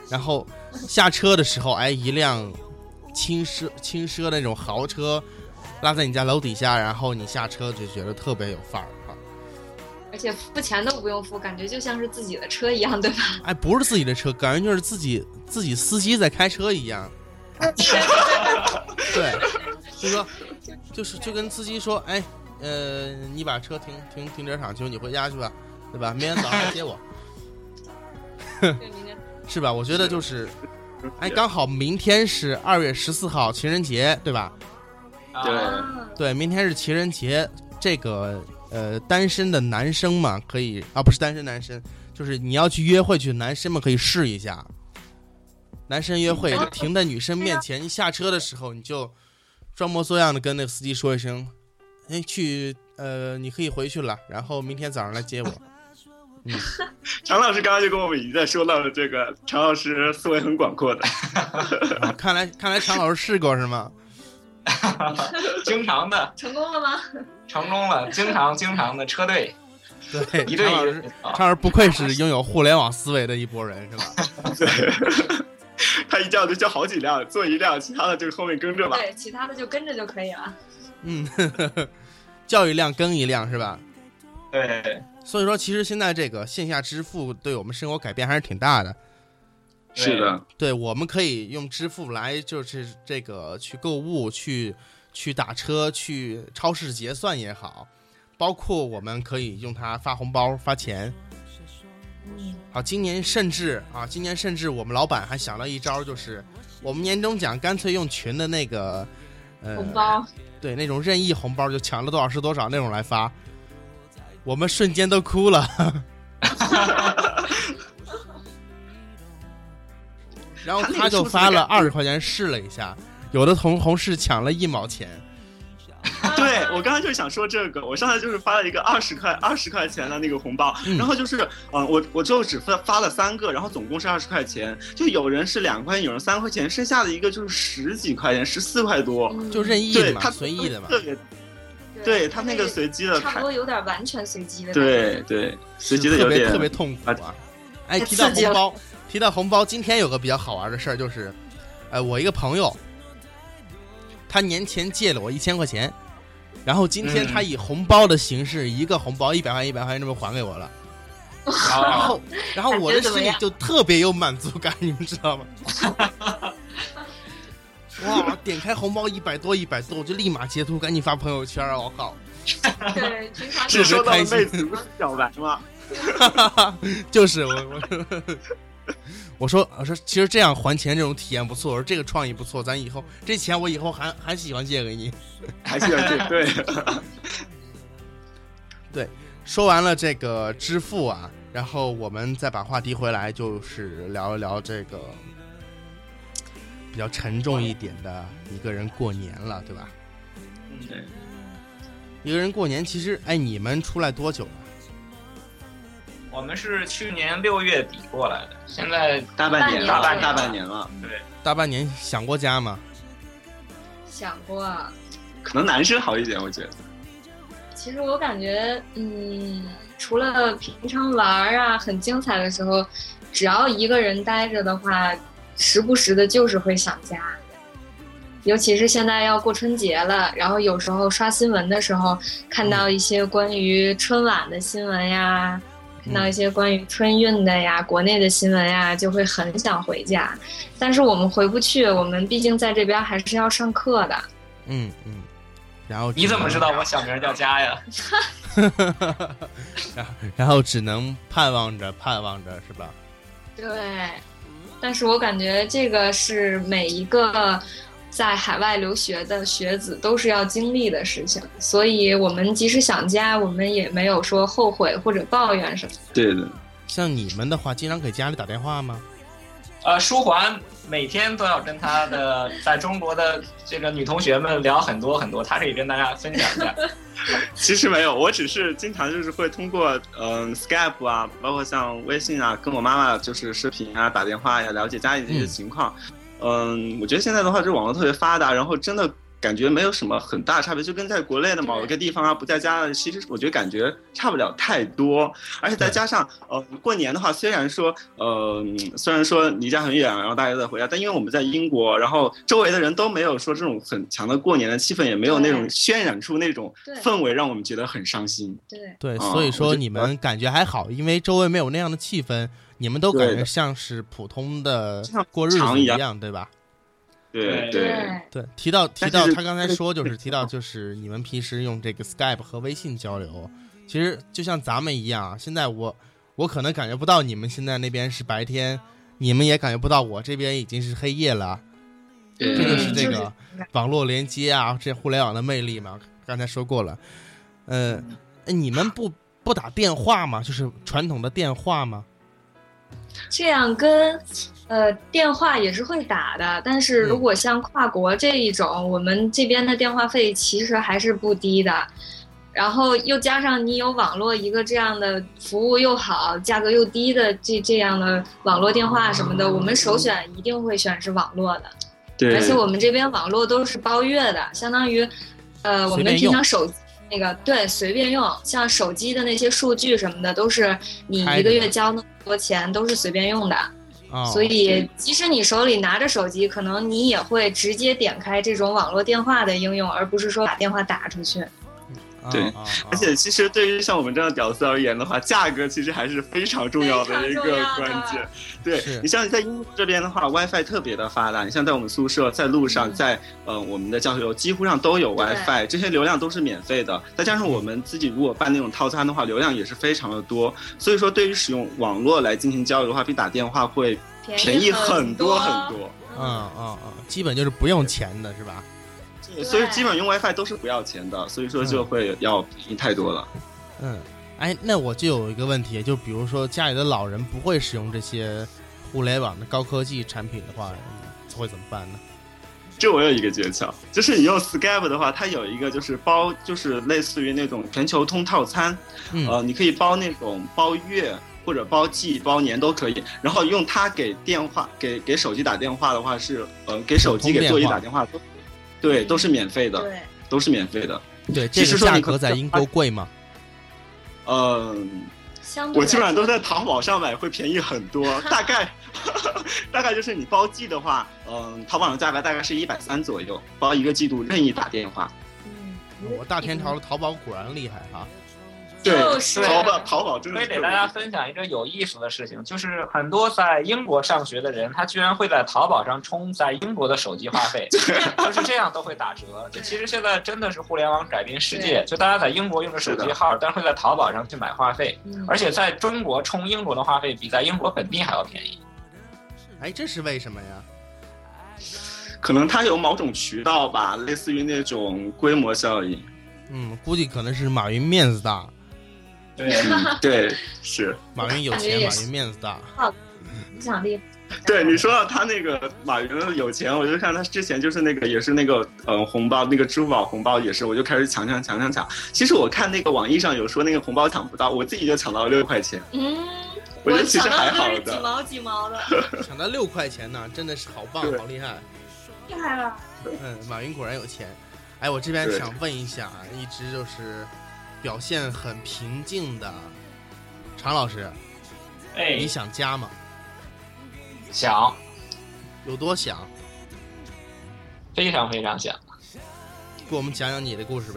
然后下车的时候，哎，一辆轻奢轻奢的那种豪车拉在你家楼底下，然后你下车就觉得特别有范儿啊。 而且付钱都不用付，感觉就像是自己的车一样，对吧？ 哎，不是自己的车，感觉就是自己自己司机在开车一样。对，就说就是就跟司机说，哎，呃，你把车停停停车场去，你回家去吧，对吧？明天早上来接我。是吧？我觉得就是，哎，刚好明天是二月十四号情人节，对吧？ 对对，明天是情人节，这个呃单身的男生嘛，可以啊，不是单身男生，就是你要去约会去，男生们可以试一下。男生约会就停在女生面前，你下车的时候你就装模作样的跟那个司机说一声，哎，去呃，你可以回去了，然后明天早上来接我。 嗯，常老师刚刚就跟我们已经在说到了这个，常老师思维很广阔的。 啊、看来看来常老师试过是吗？ 经常的。 成功了吗？ 成功了，经常经常的车队。 对， 一对一。 常老师不愧是拥有互联网思维的一拨人，是吧？ 对。他一叫就叫好几辆，坐一辆，其他的就后面跟着吧。 对，其他的就跟着就可以了。 嗯，呵呵，叫一辆跟一辆是吧？ 对。 所以说，其实现在这个线下支付对我们生活改变还是挺大的。 是的， 对，我们可以用支付来就是这个去购物、去去打车、去超市结算也好，包括我们可以用它发红包、发钱。好，今年甚至啊，今年甚至我们老板还想了一招，就是我们年终奖干脆用群的那个呃红包， 对，那种任意红包，就抢了多少是多少那种来发，我们瞬间都哭了。然后他就发了二十块钱试了一下，有的同同事抢了一毛钱。 对，我刚刚就想说这个，我上来就是发了一个二十块二十块钱的那个红包，嗯、然后就是，呃，我我就只发发了三个，然后总共是二十块钱，就有人是两块钱，有人三块钱，剩下的一个就是十几块钱，十四块多， 嗯、 就任意的嘛，随意的嘛， 对，对他那个随机的， 差不多有点完全随机的， 对对，随机的有点特别痛苦啊。哎，提到红包，提到红包，今天有个比较好玩的事儿，就是，呃，我一个朋友，他年前借了我一千块钱。然后今天他以红包的形式，嗯、一个红包一百块一百块这么还给我了，然后然后我的心里就特别有满足感，你们知道吗？哇！点开红包一百多一百多，我就立马截图，赶紧发朋友圈啊！我靠！ 对，平常是说到妹子表白吗？ 就是我我。我说我说其实这样还钱这种体验不错，我说这个创意不错，咱以后这钱我以后还还喜欢借给你， 还喜欢借，对对。说完了这个支付啊，然后我们再把话题回来，就是聊一聊这个比较沉重一点的一个人过年了，对吧？ 嗯，对。 一个人过年，其实哎，你们出来多久了？ 我们是去年六月底过来的，现在大半年， 大半大半年了。 对， 大半年想过家吗？ 想过， 可能男生好一点，我觉得。 其实我感觉，嗯，除了平常玩啊，很精彩的时候，只要一个人待着的话，时不时的就是会想家。尤其是现在要过春节了，然后有时候刷新闻的时候，看到一些关于春晚的新闻呀。看到一些关于春运的呀、国内的新闻呀，就会很想回家，但是我们回不去，我们毕竟在这边还是要上课的。 嗯嗯，然后你怎么知道我小名叫家呀？ 然后然后只能盼望着盼望着，是吧？ 对，但是我感觉这个是每一个在海外留学的学子都是要经历的事情，所以我们即使想家，我们也没有说后悔或者抱怨什么。 对的， 像你们的话，经常给家里打电话吗？ 呃，舒环每天都要跟他的在中国的这个女同学们聊很多很多，他可以跟大家分享一下。 其实没有，我只是经常就是会通过嗯、呃、Skype 啊，包括像微信啊，跟我妈妈就是视频啊、打电话呀，了解家里这些情况。嗯嗯，我觉得现在的话，这网络特别发达，然后真的感觉没有什么很大差别，就跟在国内的某一个地方啊不在家的，其实我觉得感觉差不了太多。而且再加上呃过年的话，虽然说呃虽然说离家很远，然后大家都在回家，但因为我们在英国，然后周围的人都没有说这种很强的过年的气氛，也没有那种渲染出那种氛围，让我们觉得很伤心。 对对，所以说你们感觉还好，因为周围没有那样的气氛，你们都感觉像是普通的过日子一样，对吧？ 对对对，提到提到他刚才说就是提到就是你们平时用这个 Skype 和微信交流，其实就像咱们一样，现在我我可能感觉不到你们现在那边是白天，你们也感觉不到我这边已经是黑夜了。这就是这个网络连接啊，这互联网的魅力嘛。刚才说过了，呃，你们不不打电话吗？就是传统的电话吗？ 这样跟呃电话也是会打的，但是如果像跨国这一种，嗯、我们这边的电话费其实还是不低的。然后又加上你有网络一个这样的服务又好，价格又低的这这样的网络电话什么的，我们首选一定会选是网络的。 对， 而且我们这边网络都是包月的，相当于呃我们平常手机那个对随便用，像手机的那些数据什么的都是你一个月交那么多钱都是随便用的。哦、所以即使你手里拿着手机，可能你也会直接点开这种网络电话的应用，而不是说把电话打出去。 对，而且其实对于像我们这样的屌丝而言的话，价格其实还是非常重要的一个关键。对，你像在英国这边的话 ，WiFi 特别的发达。你像在我们宿舍、在路上、在呃我们的教学楼，几乎上都有 WiFi， 这些流量都是免费的。再加上我们自己如果办那种套餐的话，流量也是非常的多。所以说，对于使用网络来进行交流的话，比打电话会便宜很多很多。 嗯嗯嗯，基本就是不用钱的是吧？ 所以基本用 WiFi 都是不要钱的，所以说就会要便宜太多了。 嗯，哎，那我就有一个问题，就比如说家里的老人不会使用这些互联网的高科技产品的话，会怎么办呢？ 这我有一个诀窍，就是你用 Skype 的话，它有一个就是包，就是类似于那种全球通套餐，嗯、呃，你可以包那种包月或者包季、包年都可以，然后用它给电话给给手机打电话的话是，呃，给手机给座机打电话都。对，都是免费的， 对， 都是免费的。 对，这个价格在英国贵吗？ 嗯、呃，我基本上都在淘宝上买，会便宜很多。大概，大概就是你包季的话，嗯、呃，淘宝上价格大概是一百三左右，包一个季度任意打电话。 嗯， 我大天朝的淘宝果然厉害哈。 对，淘宝淘宝真的。 可以给大家分享一个有意思的事情，就是很多在英国上学的人，他居然会在淘宝上充在英国的手机话费，就是这样都会打折。就其实现在真的是互联网改变世界，就大家在英国用的手机号，但是会在淘宝上去买话费，而且在中国充英国的话费比在英国本地还要便宜。 哎，这是为什么呀？ 可能它有某种渠道吧，类似于那种规模效应。 嗯，估计可能是马云面子大。 对对，是马云有钱，马云面子大， 影响力。 对，你说到他那个马云有钱，我就看他之前就是那个也是那个呃红包，那个支付宝红包也是，我就开始抢抢抢抢抢。其实我看那个网易上有说那个红包抢不到，我自己就抢到了六块钱。 嗯， 我觉得其实还好的， 几毛几毛的， 抢到六块钱呢，真的是好棒，好厉害， 厉害了。 嗯，马云果然有钱。哎，我这边想问一下，一直就是表现很平静的常老师， 哎， 你想家吗？ 想， 有多想？ 非常非常想。 给我们讲讲你的故事呗。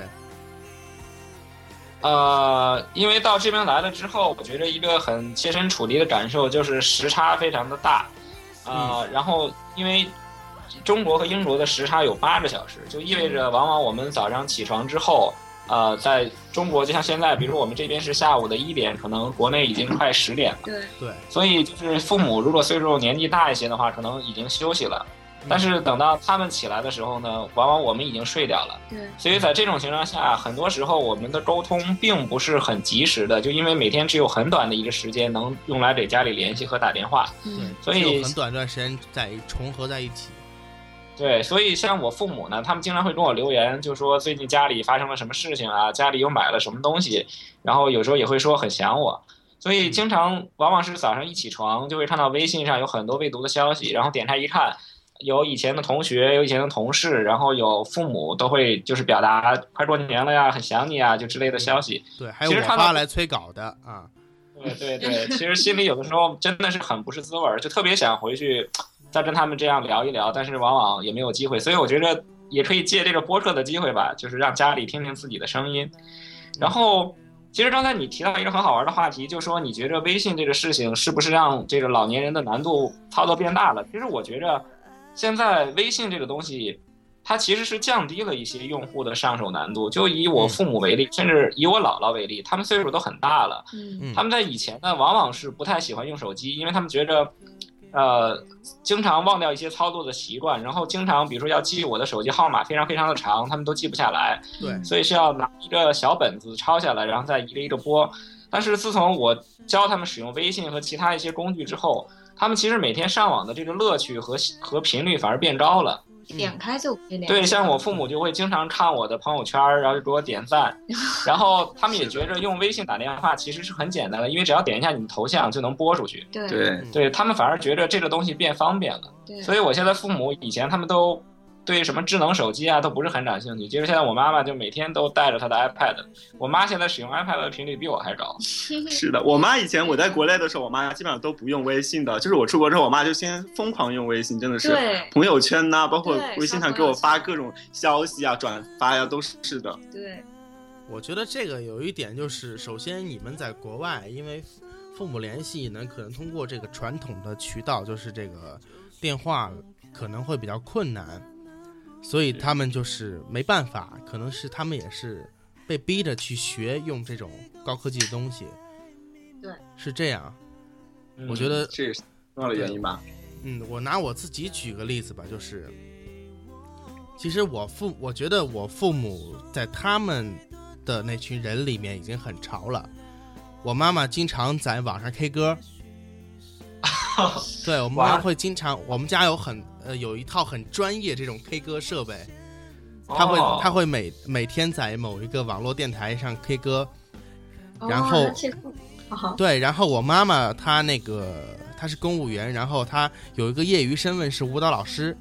呃，因为到这边来了之后，我觉得一个很切身处地的感受就是时差非常的大，呃，嗯、然后因为中国和英国的时差有八个小时，就意味着往往我们早上起床之后。呃，在中国就像现在，比如说我们这边是下午的一点，可能国内已经快十点了。 对对， 所以就是父母如果岁数年纪大一些的话，可能已经休息了。但是等到他们起来的时候呢，往往我们已经睡掉了。 对， 所以在这种情况下，很多时候我们的沟通并不是很及时的，就因为每天只有很短的一个时间能用来给家里联系和打电话。 嗯， 所以很短段时间在重合在一起。 对，所以像我父母呢，他们经常会跟我留言，就说最近家里发生了什么事情啊，家里又买了什么东西，然后有时候也会说很想我，所以经常往往是早上一起床就会看到微信上有很多未读的消息，然后点开一看， 有以前的同学，有以前的同事，然后有父母都会就是表达快过年了呀，很想你啊，就之类的消息。 对，还有我爸来催稿的啊。 对对对，其实心里有的时候真的是很不是滋味，就特别想回去再跟他们这样聊一聊，但是往往也没有机会。所以我觉得也可以借这个播客的机会吧，就是让家里听听自己的声音。然后其实刚才你提到一个很好玩的话题，就说你觉得微信这个事情是不是让这个老年人的难度操作变大了？其实我觉得现在微信这个东西它其实是降低了一些用户的上手难度。就以我父母为例，甚至以我姥姥为例，他们岁数都很大了，他们在以前呢往往是不太喜欢用手机，因为他们觉得呃，经常忘掉一些操作的习惯，然后经常比如说要记我的手机号码非常非常的长，他们都记不下来， 对， 所以是要拿一个小本子抄下来，然后再一个一个拨。但是自从我教他们使用微信和其他一些工具之后，他们其实每天上网的这个乐趣和和频率反而变高了。 点开就可以连。 对，像我父母就会经常看我的朋友圈，然后就给我点赞，然后他们也觉着用微信打电话其实是很简单的，因为只要点一下你的头像就能拨出去。 对对对，他们反而觉得这个东西变方便了。 对， 所以我现在父母以前他们都对什么智能手机啊都不是很感兴趣，其实现在我妈妈就每天都带着她的 iPad， 我妈现在使用 iPad 的频率比我还高。 是的，我妈以前我在国内的时候，我妈基本上都不用微信的，就是我出国之后，我妈就先疯狂用微信，真的是朋友圈呐、啊，包括微信上给我发各种消息啊、转发呀、啊，都是的。 对， 我觉得这个有一点就是，首先你们在国外，因为父母联系呢，可能通过这个传统的渠道，就是这个电话，可能会比较困难。所以他们就是没办法，可能是他们也是被逼着去学用这种高科技的东西。 对， 是这样。 嗯、 我觉得这也是重要的原因吧。 嗯，我拿我自己举个例子吧，就是其实我父，我觉得我父母在他们的那群人里面已经很潮了。我妈妈经常在网上 K 歌。对，我们妈会经常，我们家有很呃有一套很专业这种 K 歌设备，他会他会每每天在某一个网络电台上 K 歌，然后、 哦、 对，然后我妈妈她那个她是公务员，然后她有一个业余身份是舞蹈老师。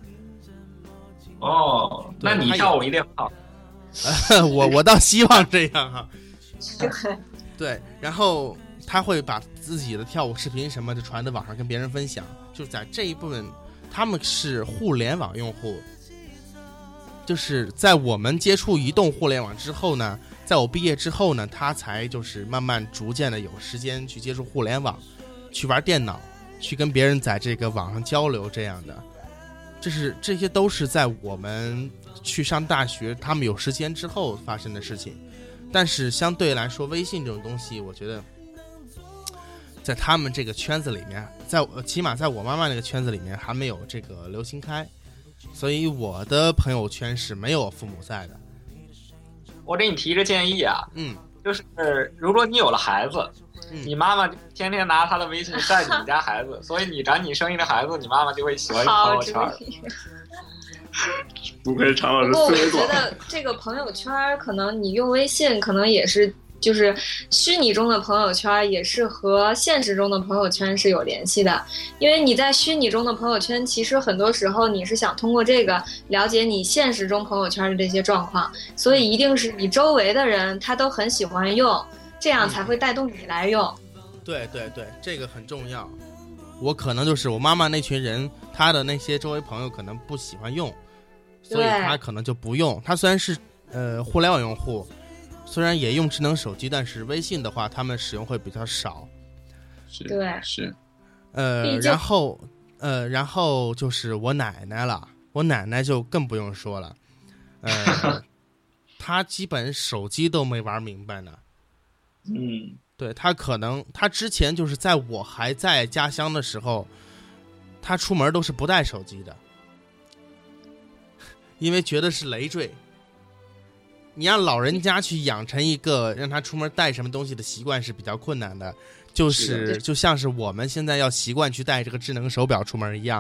哦，那你跳舞一定好。 我我倒希望这样哈。对，然后他会把自己的跳舞视频什么的传到网上跟别人分享，就在这一部分他们是互联网用户。就是在我们接触移动互联网之后呢，在我毕业之后呢，他才就是慢慢逐渐的有时间去接触互联网，去玩电脑，去跟别人在这个网上交流这样的。这是这些都是在我们去上大学他们有时间之后发生的事情。但是相对来说，微信这种东西我觉得在他们这个圈子里面，在起码在我妈妈那个圈子里面还没有这个流行开，所以我的朋友圈是没有我父母在的。 我给你提一个建议啊， 嗯， 就是如果你有了孩子， 嗯、 你妈妈天天拿她的微信带你们家孩子，所以你赶紧生一个孩子，你妈妈就会喜欢用朋友圈。 不愧是常老师思维广。不过我觉得这个朋友圈可能你用微信可能也是就是虚拟中的朋友圈也是和现实中的朋友圈是有联系的，因为你在虚拟中的朋友圈其实很多时候你是想通过这个了解你现实中朋友圈的这些状况，所以一定是你周围的人他都很喜欢用，这样才会带动你来用。 对对对，这个很重要。我可能就是我妈妈那群人，她的那些周围朋友可能不喜欢用，所以她可能就不用。她虽然是呃互联网用户，虽然也用智能手机，但是微信的话他们使用会比较少。 是， 对， 是。 呃然后呃然后就是我奶奶了，我奶奶就更不用说了。呃她基本手机都没玩明白呢。 嗯， 对，她可能她之前就是在我还在家乡的时候，她出门都是不带手机的，因为觉得是累赘。你让老人家去养成一个让他出门带什么东西的习惯是比较困难的，就是是就像是我们现在要习惯去带这个智能手表出门一样，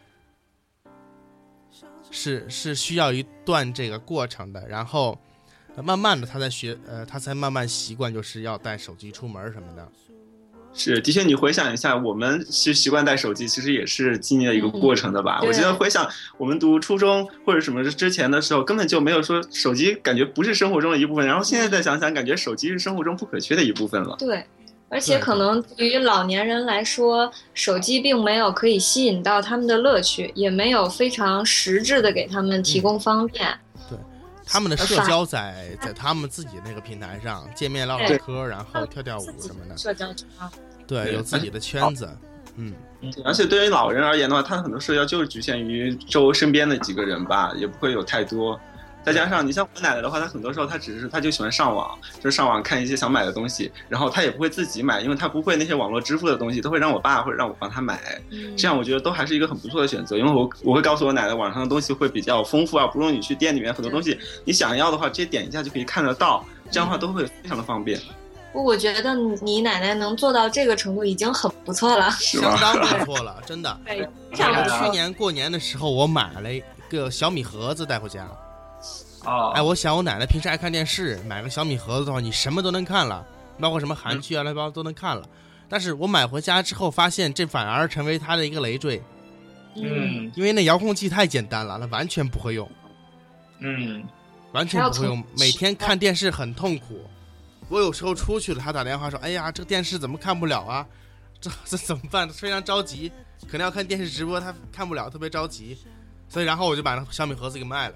是是需要一段这个过程的。然后慢慢的他才学呃他才慢慢习惯就是要带手机出门什么的。 是，的确，你回想一下，我们是习惯带手机，其实也是经历了一个过程的吧。嗯、我记得回想我们读初中或者什么之前的时候，根本就没有说手机，感觉不是生活中的一部分。然后现在再想想，感觉手机是生活中不可缺的一部分了。 对，而且可能对于老年人来说，手机并没有可以吸引到他们的乐趣，也没有非常实质的给他们提供方便。嗯他们的社交在在他们自己那个平台上见面唠唠嗑，然后跳跳舞什么的。 社交圈， 对，有自己的圈子。嗯， 而且对于老人而言的话，他很多社交就是局限于周身边的几个人吧，也不会有太多。再加上你像我奶奶的话，她很多时候她只是她就喜欢上网，就是上网看一些想买的东西，然后她也不会自己买，因为她不会那些网络支付的东西，都会让我爸或者让我帮她买。嗯、这样我觉得都还是一个很不错的选择，因为我我会告诉我奶奶，网上的东西会比较丰富啊，不用你去店里面很多东西你想要的话，直接点一下就可以看得到，这样的话都会非常的方便。 我觉得你奶奶能做到这个程度已经很不错了， 相当不错了，真的。 对， 去年过年的时候，我买了一个小米盒子带回家。 哦， 哎，我想我奶奶平时爱看电视，买个小米盒子的话，你什么都能看了，包括什么韩剧啊、乱七八糟都能看了。但是我买回家之后，发现这反而成为她的一个累赘。 嗯， 因为那遥控器太简单了，她完全不会用。 嗯， 完全不会用，每天看电视很痛苦。我有时候出去了，她打电话说：“哎呀，这个电视怎么看不了啊？这这怎么办？”非常着急，可能要看电视直播，她看不了，特别着急。所以然后我就把那小米盒子给卖了。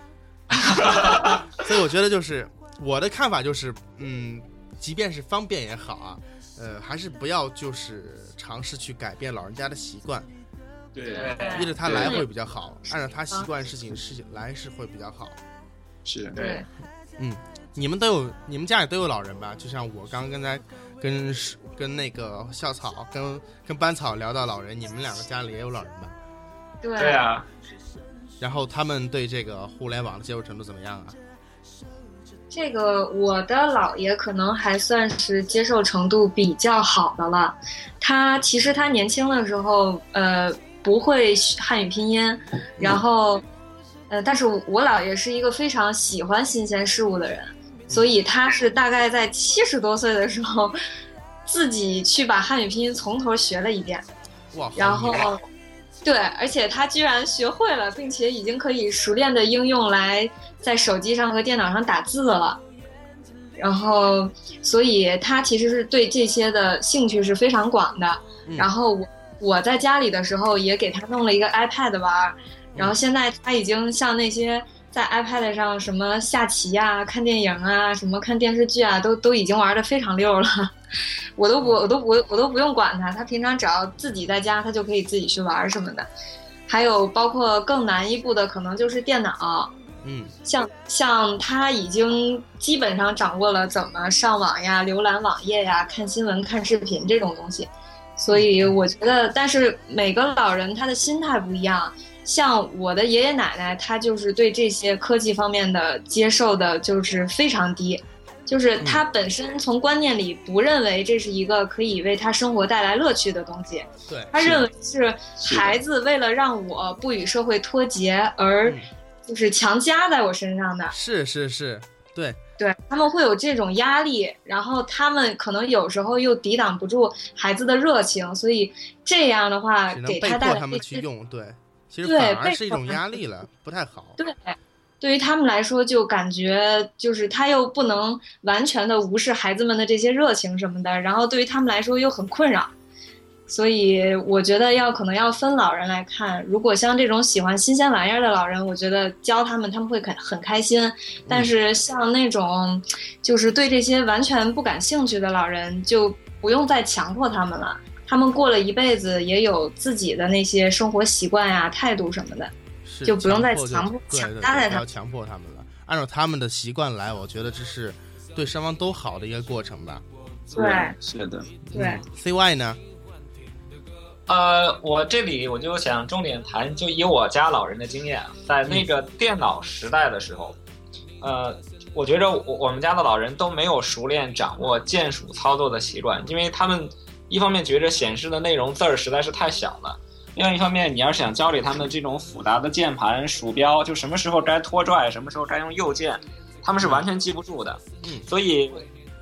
所以我觉得就是我的看法就是，嗯，即便是方便也好啊，呃，还是不要就是尝试去改变老人家的习惯。 对， 依着他来会比较好，按照他习惯事情事情来是会比较好。 是， 对， 嗯，你们都有，你们家里都有老人吧？就像我刚刚才跟跟那个校草跟跟班草聊到老人，你们两个家里也有老人吧？ 对， 对啊。 然后他们对这个互联网的接受程度怎么样啊？ 这个我的姥爷可能还算是接受程度比较好的了。他其实他年轻的时候，呃，不会汉语拼音，然后，呃，但是我姥爷是一个非常喜欢新鲜事物的人，所以他是大概在七十多岁的时候，自己去把汉语拼音从头学了一遍。 哇！ 然后。对，而且他居然学会了，并且已经可以熟练的应用来在手机上和电脑上打字了。然后，所以他其实是对这些的兴趣是非常广的。嗯、然后我我在家里的时候也给他弄了一个 iPad 玩，然后现在他已经像那些在 iPad 上什么下棋啊、看电影啊、什么看电视剧啊，都都已经玩得非常溜了。我都不，我都不，我都不用管他，他平常只要自己在家，他就可以自己去玩什么的。还有包括更难一步的，可能就是电脑， 嗯， 像像他已经基本上掌握了怎么上网呀、浏览网页呀、看新闻、看视频这种东西。所以我觉得，但是每个老人他的心态不一样。像我的爷爷奶奶，他就是对这些科技方面的接受的，就是非常低。就是他本身从观念里不认为这是一个可以为他生活带来乐趣的东西， 对， 他认为是孩子为了让我不与社会脱节而就是强加在我身上的。 是是是，对对，他们会有这种压力，然后他们可能有时候又抵挡不住孩子的热情，所以这样的话给他带来他们去用，对，其实反而是一种压力了，不太好。 对。对于他们来说，就感觉就是他又不能完全的无视孩子们的这些热情什么的，然后对于他们来说又很困扰，所以我觉得要可能要分老人来看。如果像这种喜欢新鲜玩意儿的老人，我觉得教他们他们会很很开心，但是像那种就是对这些完全不感兴趣的老人，就不用再强迫他们了。他们过了一辈子，也有自己的那些生活习惯呀、态度什么的。就不用再强迫强加在他们， 不要强迫他们了，按照他们的习惯来，我觉得这是对双方都好的一个过程吧。 对， 是的， 对。 嗯、C Y 呢？ 呃，我这里我就想重点谈，就以我家老人的经验，在那个电脑时代的时候，嗯、呃，我觉着我我们家的老人都没有熟练掌握键鼠操作的习惯，因为他们一方面觉着显示的内容字儿实在是太小了。另外一方面，你要是想教给他们这种复杂的键盘鼠标，就什么时候该拖拽，什么时候该用右键，他们是完全记不住的。 嗯， 所以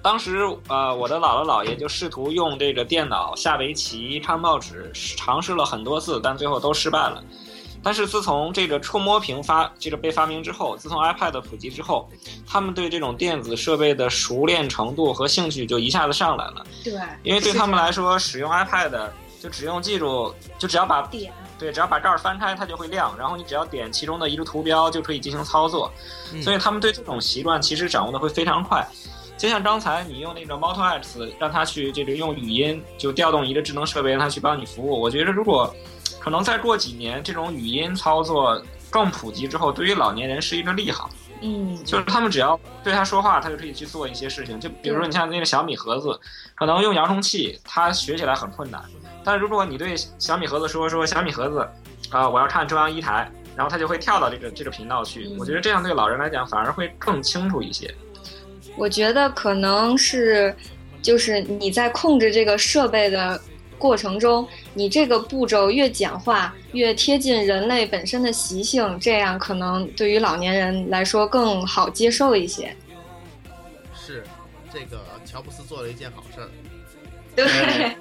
当时呃，我的姥姥姥爷就试图用这个电脑下围棋、看报纸，尝试了很多次，但最后都失败了。但是自从这个触摸屏发这个被发明之后，自从 iPad 普及之后，他们对这种电子设备的熟练程度和兴趣就一下子上来了。 对， 因为对他们来说，使用 iPad 就只用记住，就只要把点。 对，只要把盖儿翻开，它就会亮，然后你只要点其中的一个图标就可以进行操作，嗯、所以他们对这种习惯其实掌握的会非常快。就像刚才你用那个 Moto X 让它去这个用语音就调动一个智能设备让它去帮你服务，我觉得如果可能再过几年这种语音操作更普及之后，对于老年人是一个利好。 嗯， 就是他们只要对他说话，他就可以去做一些事情。就比如说你像那个小米盒子，可能用遥控器他学起来很困难，但如果你对小米盒子说说小米盒子啊、呃，我要看中央一台，然后他就会跳到这个这个频道去。嗯、我觉得这样对老人来讲反而会更清楚一些。 我觉得可能是，就是你在控制这个设备的过程中，你这个步骤越简化，越贴近人类本身的习性，这样可能对于老年人来说更好接受一些。 是，这个乔布斯做了一件好事儿。 对。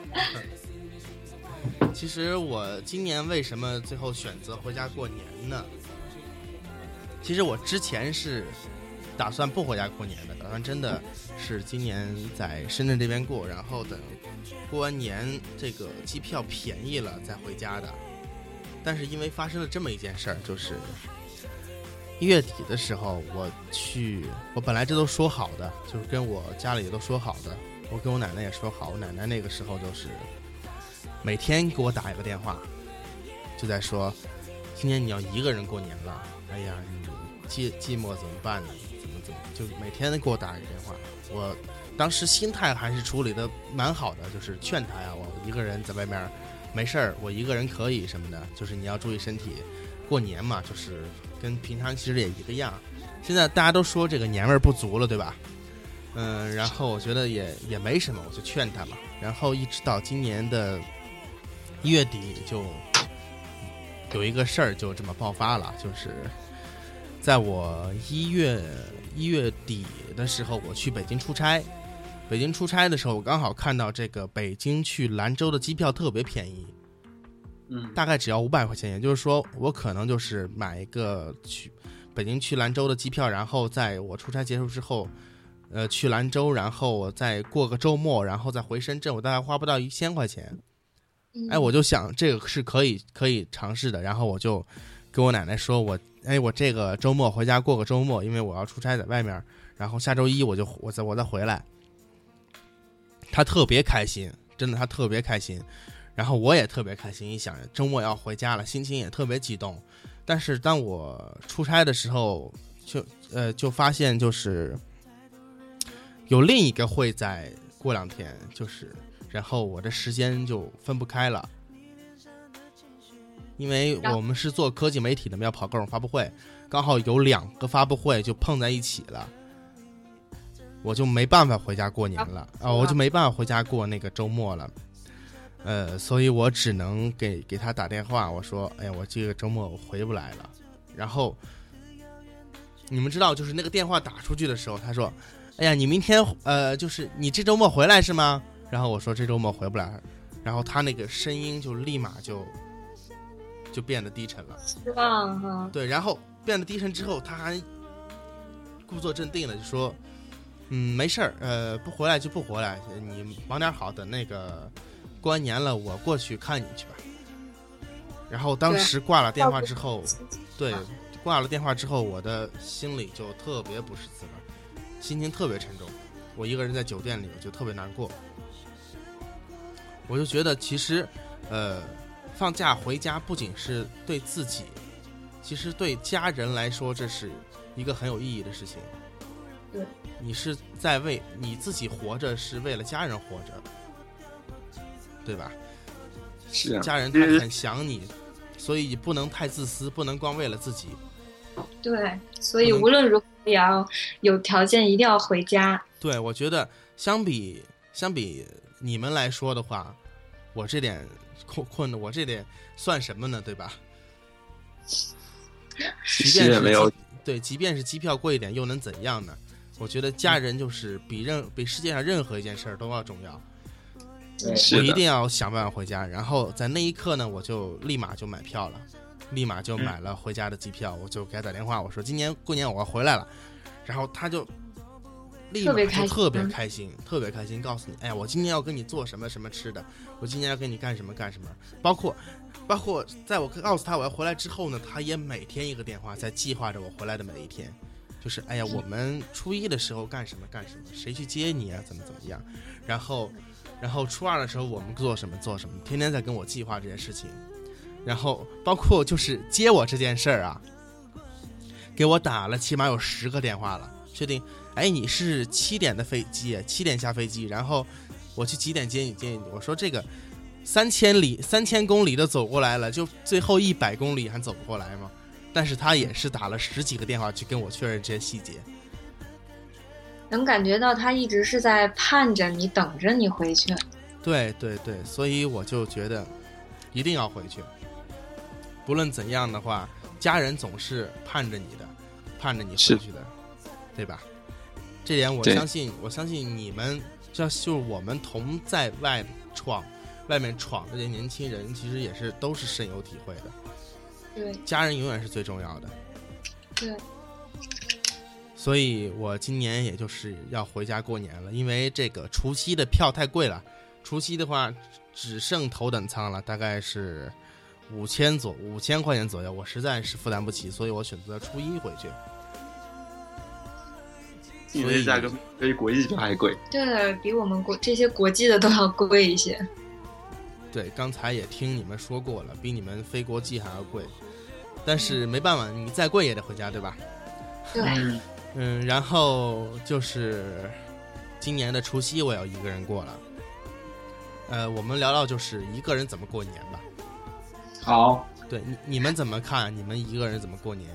其实我今年为什么最后选择回家过年呢？其实我之前是打算不回家过年的，打算真的是今年在深圳这边过，然后等过完年这个机票便宜了再回家的。但是因为发生了这么一件事儿，就是一月底的时候我去，我本来这都说好的，就是跟我家里都说好的，我跟我奶奶也说好，我奶奶那个时候就是每天给我打一个电话，就在说今年你要一个人过年了，哎呀你寂寂寞怎么办呢，怎么怎么，就每天给我打一个电话。我当时心态还是处理的蛮好的，就是劝他呀，我一个人在外面没事儿，我一个人可以什么的，就是你要注意身体，过年嘛，就是跟平常其实也一个样。现在大家都说这个年味儿不足了，对吧？嗯，然后我觉得也也没什么，我就劝他嘛。然后一直到今年的一月底，就有一个事儿就这么爆发了，就是在我一月一月底的时候，我去北京出差。北京出差的时候，我刚好看到这个北京去兰州的机票特别便宜， 嗯， 大概只要五百块钱，也就是说，我可能就是买一个去北京去兰州的机票，然后在我出差结束之后，呃，去兰州，然后我再过个周末，然后再回深圳，我大概花不到一千块钱。哎，我就想这个是可以可以尝试的，然后我就跟我奶奶说，我哎，我这个周末回家过个周末，因为我要出差在外面，然后下周一我就我再我再回来。他特别开心，真的他特别开心，然后我也特别开心，一想周末要回家了，心情也特别激动。但是当我出差的时候，就呃就发现就是有另一个会在过两天，就是然后我的时间就分不开了，因为我们是做科技媒体的，要跑各种发布会，刚好有两个发布会就碰在一起了。我就没办法回家过年了啊！我就没办法回家过那个周末了，呃，所以我只能给给他打电话，我说，哎呀，我这个周末我回不来了。然后你们知道，就是那个电话打出去的时候，他说，哎呀，你明天呃，就是你这周末回来是吗？然后我说这周末回不来，然后他那个声音就立马就就变得低沉了， 失望哈。 对，然后变得低沉之后，他还故作镇定的就说。嗯，没事儿，呃，不回来就不回来，你忙点好，等那个过完年了，我过去看你去吧。然后当时挂了电话之后，对，挂了电话之后，我的心里就特别不是滋味，心情特别沉重。我一个人在酒店里，我就特别难过。我就觉得，其实，呃，放假回家不仅是对自己，其实对家人来说，这是一个很有意义的事情。 对， 你是在为你自己活着，是为了家人活着，对吧？ 是啊， 家人他很想你，所以不能太自私，不能光为了自己。 对，所以无论如何也要有条件，一定要回家。 对，我觉得相比相比你们来说的话，我这点困困的，我这点算什么呢？对吧？即便是没有。 对，即便是机票贵一点，又能怎样呢？ 我觉得家人就是比任比世界上任何一件事儿都要重要。 对， 我一定要想办法回家，然后在那一刻呢，我就立马就买票了，立马就买了回家的机票，我就给他打电话，我说今年过年我要回来了，然后他就立马就特别开心，特别开心，告诉你，哎呀，我今年要跟你做什么什么吃的，我今年要跟你干什么干什么，包括包括在我告诉他我要回来之后呢，他也每天一个电话在计划着我回来的每一天，就是哎呀，我们初一的时候干什么干什么，谁去接你啊，怎么怎么样，然后。然后初二的时候我们做什么做什么，天天在跟我计划这件事情，然后包括就是接我这件事儿啊，给我打了起码有十个电话了，确定，哎，你是七点的飞机，七点下飞机，然后我去几点接你接你，我说这个三千里三千公里都走过来了，就最后一百公里还走不过来吗？但是他也是打了十几个电话去跟我确认这些细节。 能感觉到他一直是在盼着你，等着你回去。 对对对，所以我就觉得一定要回去。不论怎样的话，家人总是盼着你的，盼着你回去的，对吧？这点我相信，我相信你们，就是我们同在外闯、外面闯的这些年轻人，其实也是都是深有体会的。 对， 家人永远是最重要的。 对。 所以我今年也就是要回家过年了，因为这个除夕的票太贵了，除夕的话只剩头等舱了，大概是五千左五千块钱左右，我实在是负担不起，所以我选择初一回去。 因为价格比国际票还贵， 对，比我们国这些国际的都要贵一些。 对，刚才也听你们说过了，比你们飞国际还要贵，但是没办法，你再贵也得回家，对吧？ 对。 嗯，然后就是今年的除夕我要一个人过了。呃，我们聊聊就是一个人怎么过年吧。 好， 对，你你们怎么看？你们一个人怎么过年呀？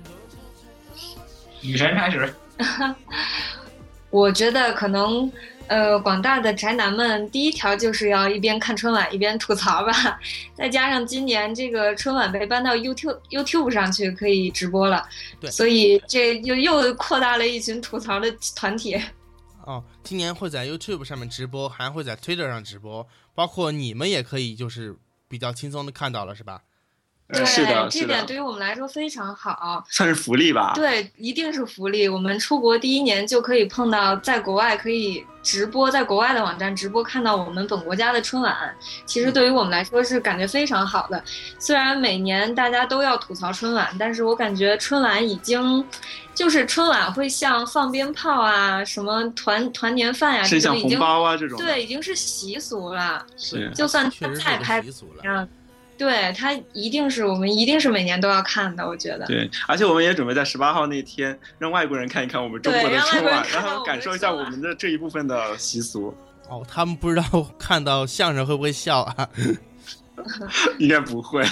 女神开始。 我觉得可能呃，广大的宅男们第一条就是要一边看春晚一边吐槽吧，再加上今年这个春晚被搬到 YouTube YouTube 上去可以直播了， 对， 所以这又又扩大了一群吐槽的团体。 哦，今年会在 YouTube 上面直播，还会在 Twitter 上直播，包括你们也可以就是比较轻松的看到了，是吧？ 对， 是的， 这点对于我们来说非常好， 算是福利吧。 对，一定是福利。我们出国第一年就可以碰到在国外可以直播，在国外的网站直播看到我们本国家的春晚，其实对于我们来说是感觉非常好的。虽然每年大家都要吐槽春晚，但是我感觉春晚已经就是春晚会像放鞭炮啊、什么团团年饭呀、啊， 是像红包啊这种， 对，已经是习俗了。 是， 就算他再拍习俗了。 对，它一定是我们一定是每年都要看的，我觉得。 对，而且我们也准备在十八号那天让外国人看一看我们中国的春晚，让他们感受一下我们的这一部分的习俗。 哦，他们不知道看到相声会不会笑啊？ 应该不会。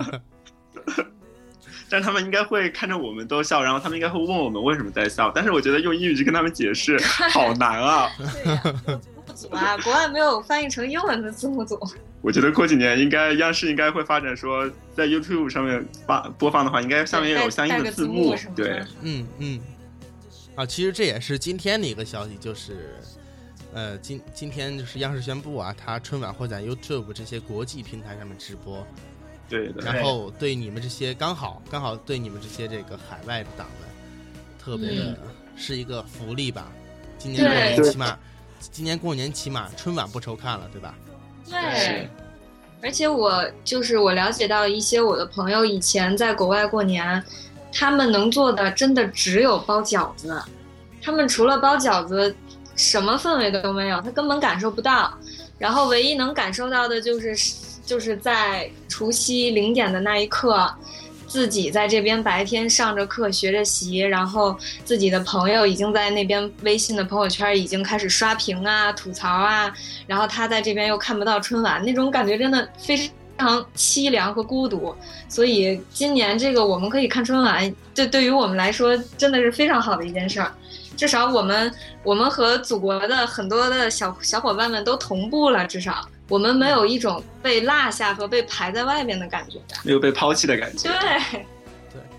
但他们应该会看着我们都笑，然后他们应该会问我们为什么在笑。但是我觉得用英语去跟他们解释好难啊。 对呀，字幕组啊，国外没有翻译成英文的字幕组。 我觉得过几年应该央视应该会发展说，在 YouTube 上面发播放的话，应该下面有相应的字幕。对， 嗯嗯。啊，其实这也是今天的一个消息，就是，呃，今今天就是央视宣布啊，它春晚会在 YouTube 这些国际平台上面直播。 对的。 然后对你们这些刚好刚好对你们这些这个海外的党们，特别的是一个福利吧。今年过年起码，今年过年起码春晚不愁看了，对吧？ 对，而且我就是我了解到一些我的朋友以前在国外过年，他们能做的真的只有包饺子，他们除了包饺子什么氛围都没有，他根本感受不到。然后唯一能感受到的就是就是在除夕零点的那一刻，自己在这边白天上着课学着习，然后自己的朋友已经在那边微信的朋友圈已经开始刷屏啊吐槽啊，然后他在这边又看不到春晚，那种感觉真的非常凄凉和孤独。所以今年这个我们可以看春晚，这对于我们来说真的是非常好的一件事儿，至少我们我们和祖国的很多的小小伙伴们都同步了，至少我们没有一种被落下和被排在外面的感觉， 没有被抛弃的感觉。 对对，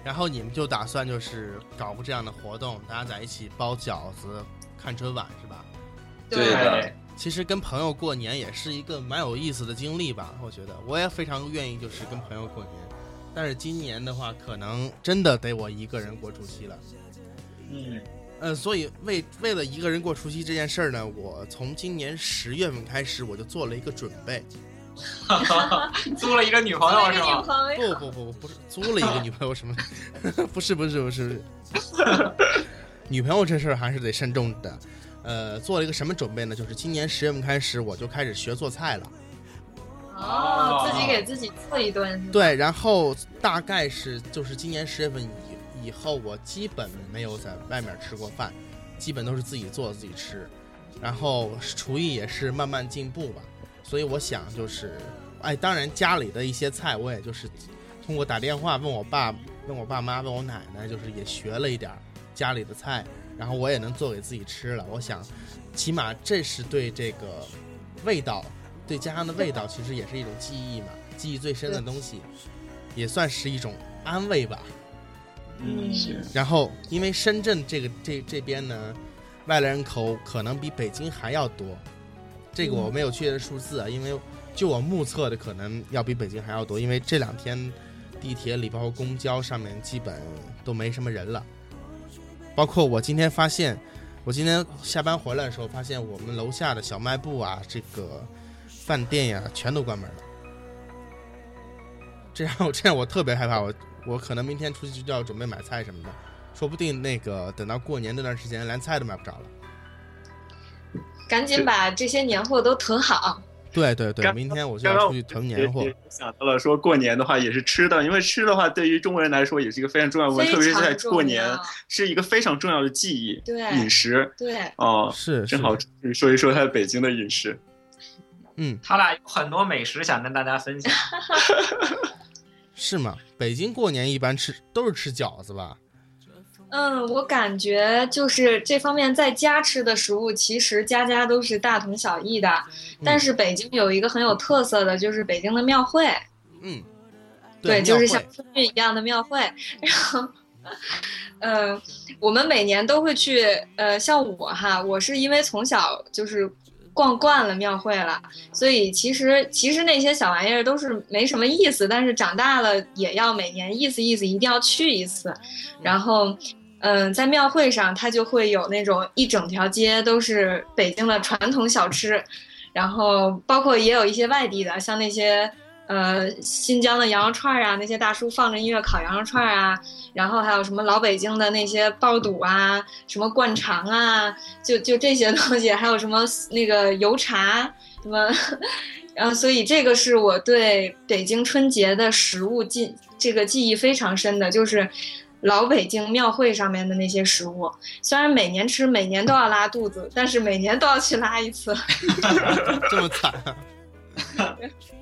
然后你们就打算就是搞个这样的活动，大家在一起包饺子、看春晚是吧？ 对的。 其实跟朋友过年也是一个蛮有意思的经历吧，我觉得我也非常愿意就是跟朋友过年，但是今年的话可能真的得我一个人过除夕了。 嗯， 呃，所以为为了一个人过除夕这件事儿呢，我从今年十月份开始我就做了一个准备。 租了一个女朋友是吗？ 不不不不是租了一个女朋友什么？不是不是不是，女朋友这事儿还是得慎重的。呃，做了一个什么准备呢？就是今年十月份开始，我就开始学做菜了。 哦，自己给自己做一顿是吧？ 对，然后大概是就是今年十月份以以后，我基本没有在外面吃过饭，基本都是自己做自己吃，然后厨艺也是慢慢进步吧。所以我想就是，哎，当然家里的一些菜，我也就是通过打电话问我爸、问我爸妈、问我奶奶，就是也学了一点家里的菜，然后我也能做给自己吃了。我想，起码这是对这个味道，对家乡的味道，其实也是一种记忆嘛，记忆最深的东西，也算是一种安慰吧。 嗯，是。 然后，因为深圳这个这这边呢，外来人口可能比北京还要多。这个我没有确切的数字啊，因为就我目测的可能要比北京还要多，因为这两天地铁里包括公交上面基本都没什么人了。包括我今天发现，我今天下班回来的时候发现我们楼下的小卖部啊，这个饭店呀、啊、全都关门了。这样这样我特别害怕，我我可能明天出去就要准备买菜什么的，说不定那个等到过年那段时间连菜都买不着了。 赶紧把这些年货都囤好。 对对对，明天我就要出去囤年货。 想到了说过年的话也是吃的，因为吃的话对于中国人来说也是一个非常重要的，特别是在过年是一个非常重要的记忆。 对， 饮食。 对， 哦， 是正好说一说他北京的饮食。 嗯， 他俩有很多美食想跟大家分享。 是吗？北京过年一般吃都是吃饺子吧？ 嗯，我感觉就是这方面在家吃的食物，其实家家都是大同小异的。但是北京有一个很有特色的，就是北京的庙会。 嗯， 对，就是像春运一样的庙会。然后，呃，我们每年都会去。呃，像我哈，我是因为从小就是逛惯了庙会了，所以其实其实那些小玩意儿都是没什么意思，但是长大了也要每年意思意思，一定要去一次。然后。嗯，在庙会上，它就会有那种一整条街都是北京的传统小吃，然后包括也有一些外地的，像那些呃新疆的羊肉串啊，那些大叔放着音乐烤羊肉串啊，然后还有什么老北京的那些爆肚啊，什么灌肠啊，就就这些东西，还有什么那个油茶什么，然后所以这个是我对北京春节的食物记这个记忆非常深的，就是。老北京庙会上面的那些食物，虽然每年吃每年都要拉肚子，但是每年都要去拉一次。 这么惨啊！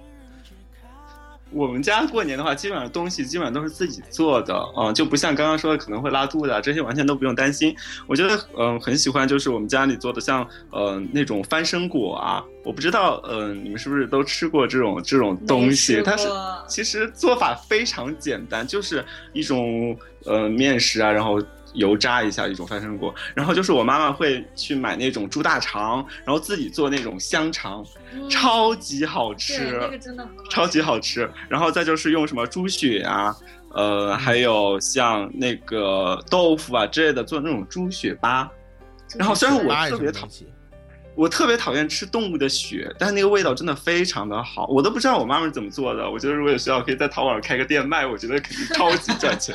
我们家过年的话，基本上东西基本上都是自己做的，嗯，就不像刚刚说的可能会拉肚子啊，这些完全都不用担心。我觉得，嗯，很喜欢就是我们家里做的像，呃，那种翻身果啊，我不知道，嗯、呃，你们是不是都吃过这种这种东西？它是其实做法非常简单，就是一种呃面食啊，然后。油炸一下一种翻身果，然后就是我妈妈会去买那种猪大肠，然后自己做那种香肠，嗯、超级好吃， 那个真的很好吃， 超级好吃。然后再就是用什么猪血啊，呃，还有像那个豆腐啊之类的做那种猪血粑。然后虽然我特别讨厌。我特别讨厌吃动物的血，但是那个味道真的非常的好，我都不知道我妈妈是怎么做的。我觉得如果有需要，可以在淘宝上开个店卖，我觉得肯定超级赚钱。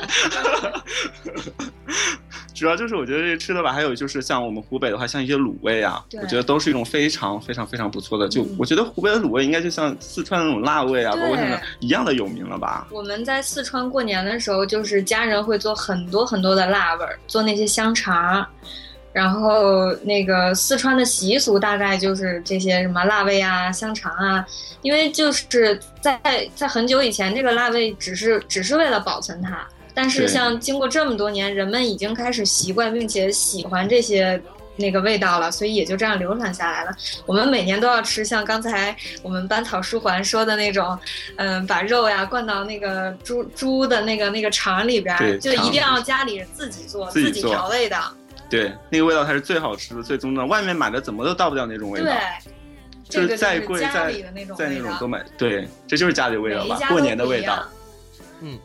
主要就是我觉得这吃的吧，还有就是像我们湖北的话，像一些卤味啊，我觉得都是一种非常非常非常不错的。就、嗯、我觉得湖北的卤味应该就像四川那种辣味啊，包括什么一样的有名了吧？ 我们在四川过年的时候，就是家人会做很多很多的辣味，做那些香肠。然后那个四川的习俗大概就是这些什么辣味啊、香肠啊，因为就是在在很久以前，这个辣味只是只是为了保存它，但是像经过这么多年，人们已经开始习惯并且喜欢这些那个味道了，所以也就这样流传下来了。我们每年都要吃像刚才我们班草书桓说的那种，嗯、呃，把肉呀灌到那个猪猪的那个那个肠里边，就一定要家里自己做， 自己自己调味的。 对，那个味道才是最好吃的、最宗的，外面买的怎么都到不了那种味道。 对。 就是再贵再再那种都买，对，这就是家里的味道吧，过年的味道。 嗯，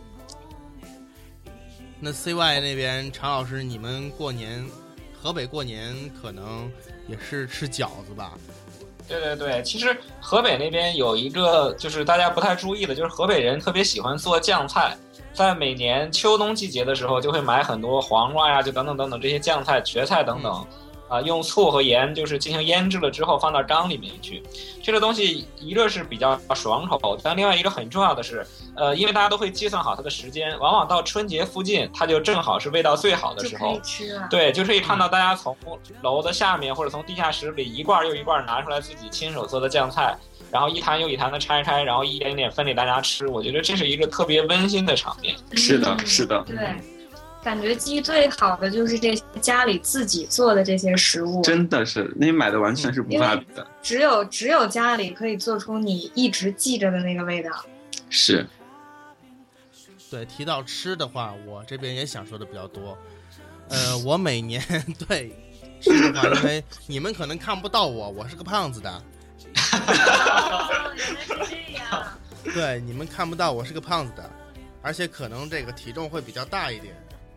那 C Y 那边常老师，你们过年，河北过年可能也是吃饺子吧？ 对对对，其实河北那边有一个就是大家不太注意的，就是河北人特别喜欢做酱菜，在每年秋冬季节的时候就会买很多黄瓜呀，就等等等等这些酱菜、蕨菜等等。嗯啊，用醋和盐就是进行腌制了之后放到缸里面去，这个东西一个是比较爽口，但另外一个很重要的是，呃，因为大家都会计算好它的时间，往往到春节附近，它就正好是味道最好的时候， 就可以吃了。 对，就可以看到大家从楼的下面或者从地下室里一罐又一罐拿出来自己亲手做的酱菜，然后一坛又一坛的拆开，然后一点点分给大家吃。我觉得这是一个特别温馨的场面。 是的，是的， 对。感觉鸡最好的就是这家里自己做的这些食物， 真的是你买的完全是不法比的， 只有只有家里可以做出你一直记着的那个味道。 是， 对，提到吃的话，我这边也想说的比较多。呃，我每年对吃的话，因为你们可能看不到我，我是个胖子的。 哦，原来是这样。 对，你们看不到我是个胖子的，而且可能这个体重会比较大一点。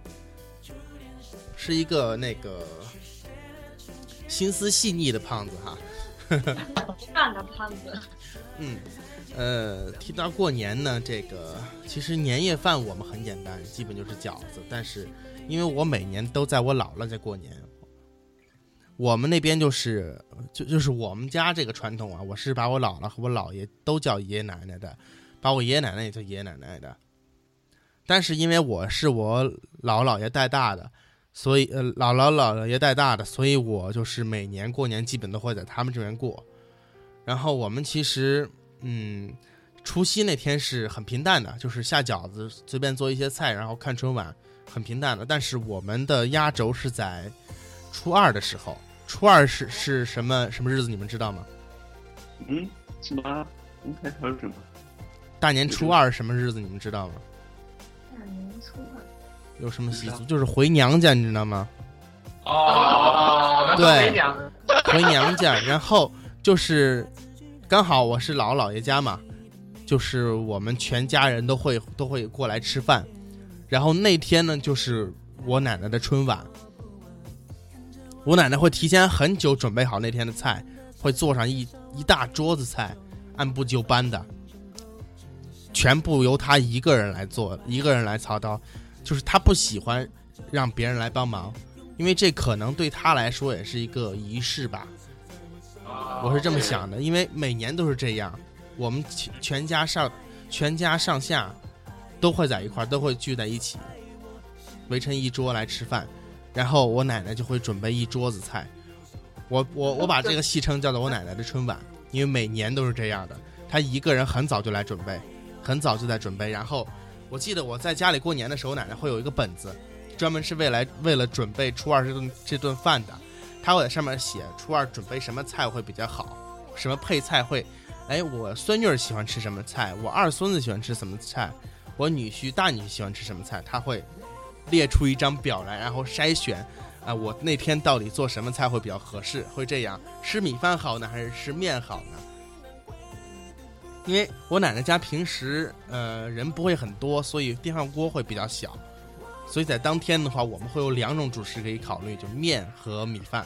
是一个那个心思细腻的胖子哈， 干的胖子。 嗯，呃，提到过年呢，这个其实年夜饭我们很简单，基本就是饺子。但是因为我每年都在我姥姥家过年，我们那边就是就就是我们家这个传统啊，我是把我姥姥和我姥爷都叫爷爷奶奶的，把我爷爷奶奶也叫爷爷奶奶的。但是因为我是我姥姥爷带大的。所以，呃，姥姥姥爷带大的，所以我就是每年过年基本都会在他们这边过。然后我们其实，嗯，除夕那天是很平淡的，就是下饺子，随便做一些菜，然后看春晚，很平淡的。但是我们的压轴是在初二的时候。初二是是什么什么日子？你们知道吗？ 嗯，什么？应该还有什么？ 大年初二什么日子？你们知道吗？ 大年初二。 有什么习俗？就是回娘家，你知道吗？ 哦， 对， 回娘回娘家，然后就是刚好我是姥姥姥爷家嘛，就是我们全家人都会都会过来吃饭，然后那天呢就是我奶奶的春晚，我奶奶会提前很久准备好那天的菜，会做上一一大桌子菜，按部就班的，全部由她一个人来做，一个人来操刀。就是他不喜欢让别人来帮忙，因为这可能对他来说也是一个仪式吧，我是这么想的。因为每年都是这样，我们全家上全家上下都会在一块儿，都会聚在一起，围成一桌来吃饭，然后我奶奶就会准备一桌子菜。我我我把这个戏称叫做我奶奶的春晚，因为每年都是这样的，她一个人很早就来准备，很早就在准备，然后。我记得我在家里过年的时候，奶奶会有一个本子，专门是为来为了准备初二这顿这顿饭的。她会在上面写初二准备什么菜会比较好，什么配菜会，哎，我孙女儿喜欢吃什么菜，我二孙子喜欢吃什么菜，我女婿大女婿喜欢吃什么菜，她会列出一张表来，然后筛选，啊、呃，我那天到底做什么菜会比较合适，会这样，吃米饭好呢，还是吃面好呢？因为我奶奶家平时呃人不会很多，所以电饭锅会比较小，所以在当天的话，我们会有两种主食可以考虑，就面和米饭。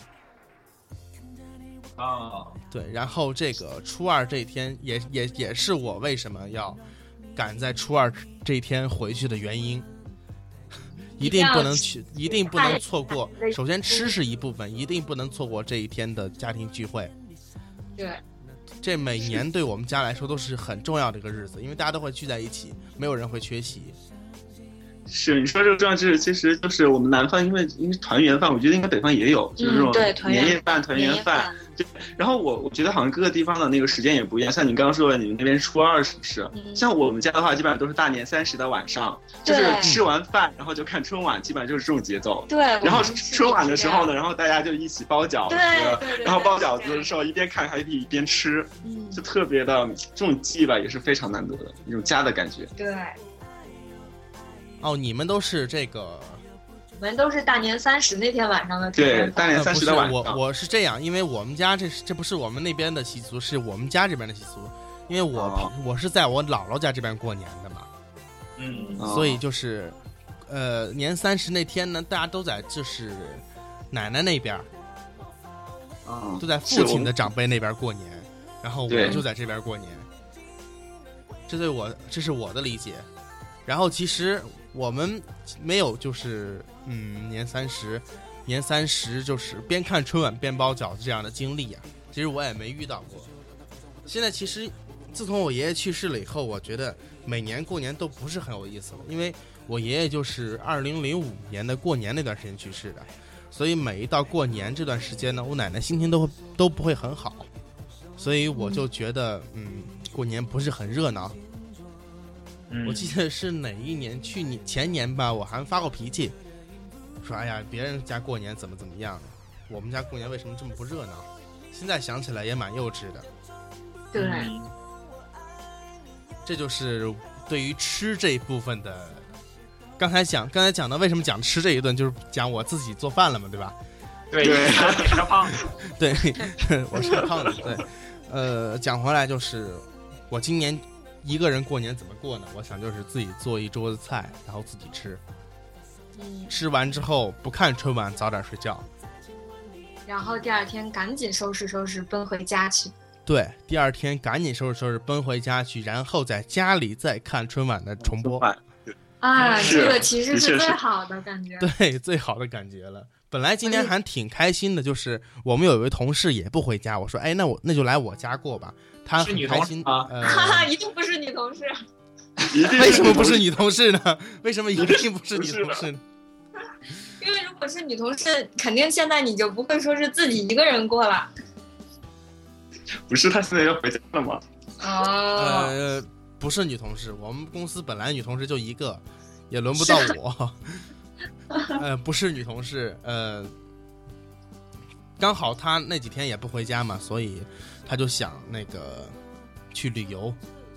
哦， 对，然后这个初二这一天也也也是我为什么要赶在初二这一天回去的原因，一定不能去，一定不能错过。首先吃是一部分，一定不能错过这一天的家庭聚会。 对。 这每年对我们家来说都是很重要的一个日子，因为大家都会聚在一起，没有人会缺席。 是你说这个重要知识，其实就是我们南方，因为因为团圆饭，我觉得应该北方也有，就是这种年夜饭、团圆饭。对，然后我我觉得好像各个地方的那个时间也不一样，像你刚刚说的，你们那边初二是不是？嗯、像我们家的话，基本上都是大年三十的晚上，就是吃完饭然后就看春晚，基本上就是这种节奏。 对。 然后春晚的时候呢，然后大家就一起包饺子，然后包饺子的时候一边看还可以一边吃，嗯、就特别的这种记忆吧，也是非常难得的一种家的感觉。 对。 哦，你们都是这个。 我们都是大年三十那天晚上的。 对，大年三十的晚上。我我是这样，因为我们家这这不是我们那边的习俗，是我们家这边的习俗。因为我、哦、我是在我姥姥家这边过年的嘛， 嗯， 所以就是，呃，年三十那天呢，大家都在就是奶奶那边， 啊、哦， 都在父亲的长辈那边过年，然后我就在这边过年。这对我这是我的理解。然后其实我们没有就是嗯年三十年三十就是边看春晚边包饺子这样的经历啊，其实我也没遇到过。现在其实自从我爷爷去世了以后，我觉得每年过年都不是很有意思了，因为我爷爷就是二零零五年的过年那段时间去世的，所以每一到过年这段时间呢，我奶奶心情都会都不会很好，所以我就觉得嗯过年不是很热闹。我记得是哪一年，去年前年吧，我还发过脾气，说哎呀，别人家过年怎么怎么样，我们家过年为什么这么不热闹？现在想起来也蛮幼稚的。 对， 嗯、这就是对于吃这一部分的。刚才讲，刚才讲到为什么讲吃这一顿，就是讲我自己做饭了嘛，对吧？ 对，你是胖子。 对，我是胖子。对，呃，讲回来就是我今年。一个人过年怎么过呢？我想就是自己做一桌子菜，然后自己吃。嗯，吃完之后不看春晚，早点睡觉。 然后第二天赶紧收拾收拾，奔回家去。 对，第二天赶紧收拾收拾，奔回家去，然后在家里再看春晚的重播。 啊，这个其实是最好的感觉。 对，最好的感觉了。本来今天还挺开心的，就是我们有一位同事也不回家，我说，哎，那我那就来我家过吧。他很开心啊， 呃、一定不是女同事。 为什么不是女同事呢？为什么一定不是女同事呢？ 因为如果是女同事，肯定现在你就不会说是自己一个人过了。 不是，他现在要回家了吗？ 哦， 呃，不是女同事，我们公司本来女同事就一个，也轮不到我。呃，不是女同事，呃，刚好她那几天也不回家嘛，所以他就想那个去旅游。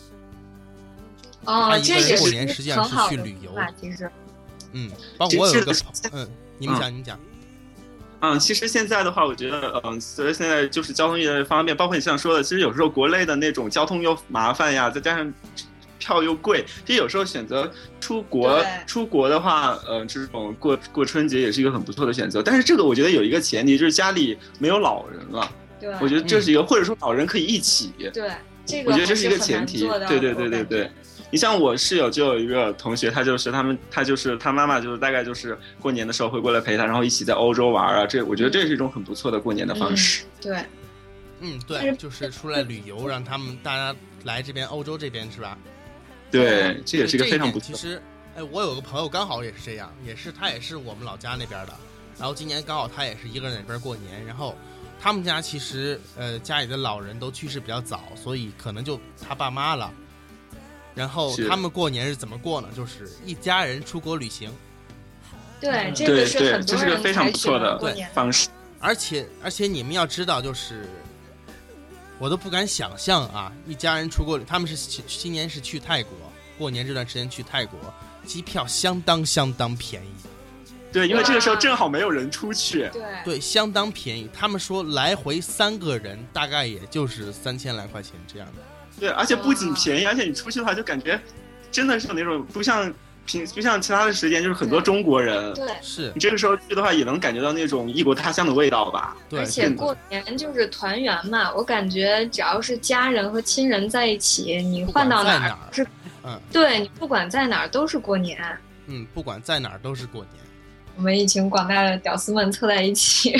哦，这也过年实际上是去旅游。 其实， 嗯，包括我有一个朋友，嗯，你们讲，你们讲。 嗯，其实现在的话，我觉得，嗯，随着现在就是交通越来越方便，包括你像说的，其实有时候国内的那种交通又麻烦呀，再加上票又贵，其实有时候选择出国，出国的话，呃，这种过过春节也是一个很不错的选择。但是这个我觉得有一个前提，就是家里没有老人了。 对， 我觉得这是一个，嗯、或者说老人可以一起。 对，这个我觉得这是一个前提。对对对对对。你像我室友就有一个同学，他就是他们，他就是他妈妈，就是大概就是过年的时候会过来陪他，然后一起在欧洲玩啊。这我觉得这是一种很不错的过年的方式。 嗯、对， 嗯对，就是出来旅游，让他们大家来这边欧洲这边是吧？ 对，这也是一个非常不错。 其实，哎，我有个朋友刚好也是这样，也是他也是我们老家那边的，然后今年刚好他也是一个人在那边过年，然后他们家其实呃家里的老人都去世比较早，所以可能就他爸妈了。然后他们过年是怎么过呢？就是一家人出国旅行。 对，这个是很多人这是个非常不错的方式。 而且而且你们要知道，就是我都不敢想象啊，一家人出国，他们是今年是去泰国，过年这段时间去泰国，机票相当相当便宜。 对，因为这个时候正好没有人出去。 对对，相当便宜。他们说来回三个人大概也就是三千来块钱这样的。 对，而且不仅便宜，而且你出去的话就感觉真的是有那种不像平不像其他的时间，就是很多中国人。 对， 是你这个时候去的话，也能感觉到那种异国他乡的味道吧。 对， 而且过年就是团圆嘛，我感觉只要是家人和亲人在一起，你换到哪儿是， 嗯， 对你不管在哪儿都是过年。 嗯，不管在哪儿都是过年。 我们一群广大的屌丝们凑在一起。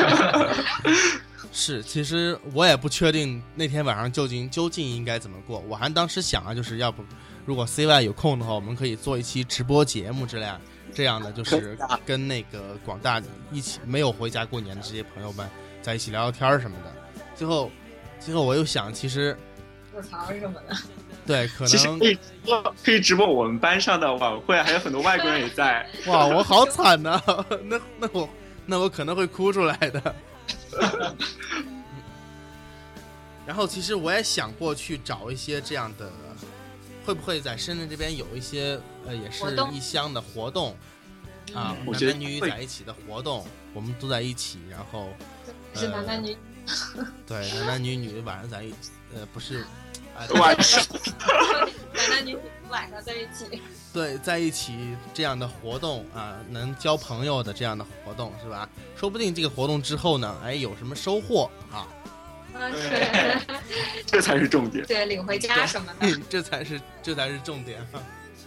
是，其实我也不确定那天晚上究竟究竟应该怎么过。我还当时想啊，就是要不如果 C Y 有空的话，我们可以做一期直播节目，这样这样的就是跟那个广大一起没有回家过年的这些朋友们在一起聊聊天什么的。最后，最后我又想，其实吐槽什么的。 对，可能其实可以直播，可以直播我们班上的晚会，还有很多外国人也在。 哇，我好惨呐、啊！那那我那我可能会哭出来的。然后，其实我也想过去找一些这样的，会不会在深圳这边有一些呃，也是异乡的活动啊， 嗯、 男男女女在一起的活动，我们都在一起，然后是男男女， 呃、对，男男女女晚上在一起，呃，不是。 晚上， 男男女女晚上在一起， 对，在一起这样的活动啊，能交朋友的这样的活动是吧？说不定这个活动之后呢，哎，有什么收获啊？ 啊，是， 这才是重点。 对，领回家什么的， 这才是这才是重点啊。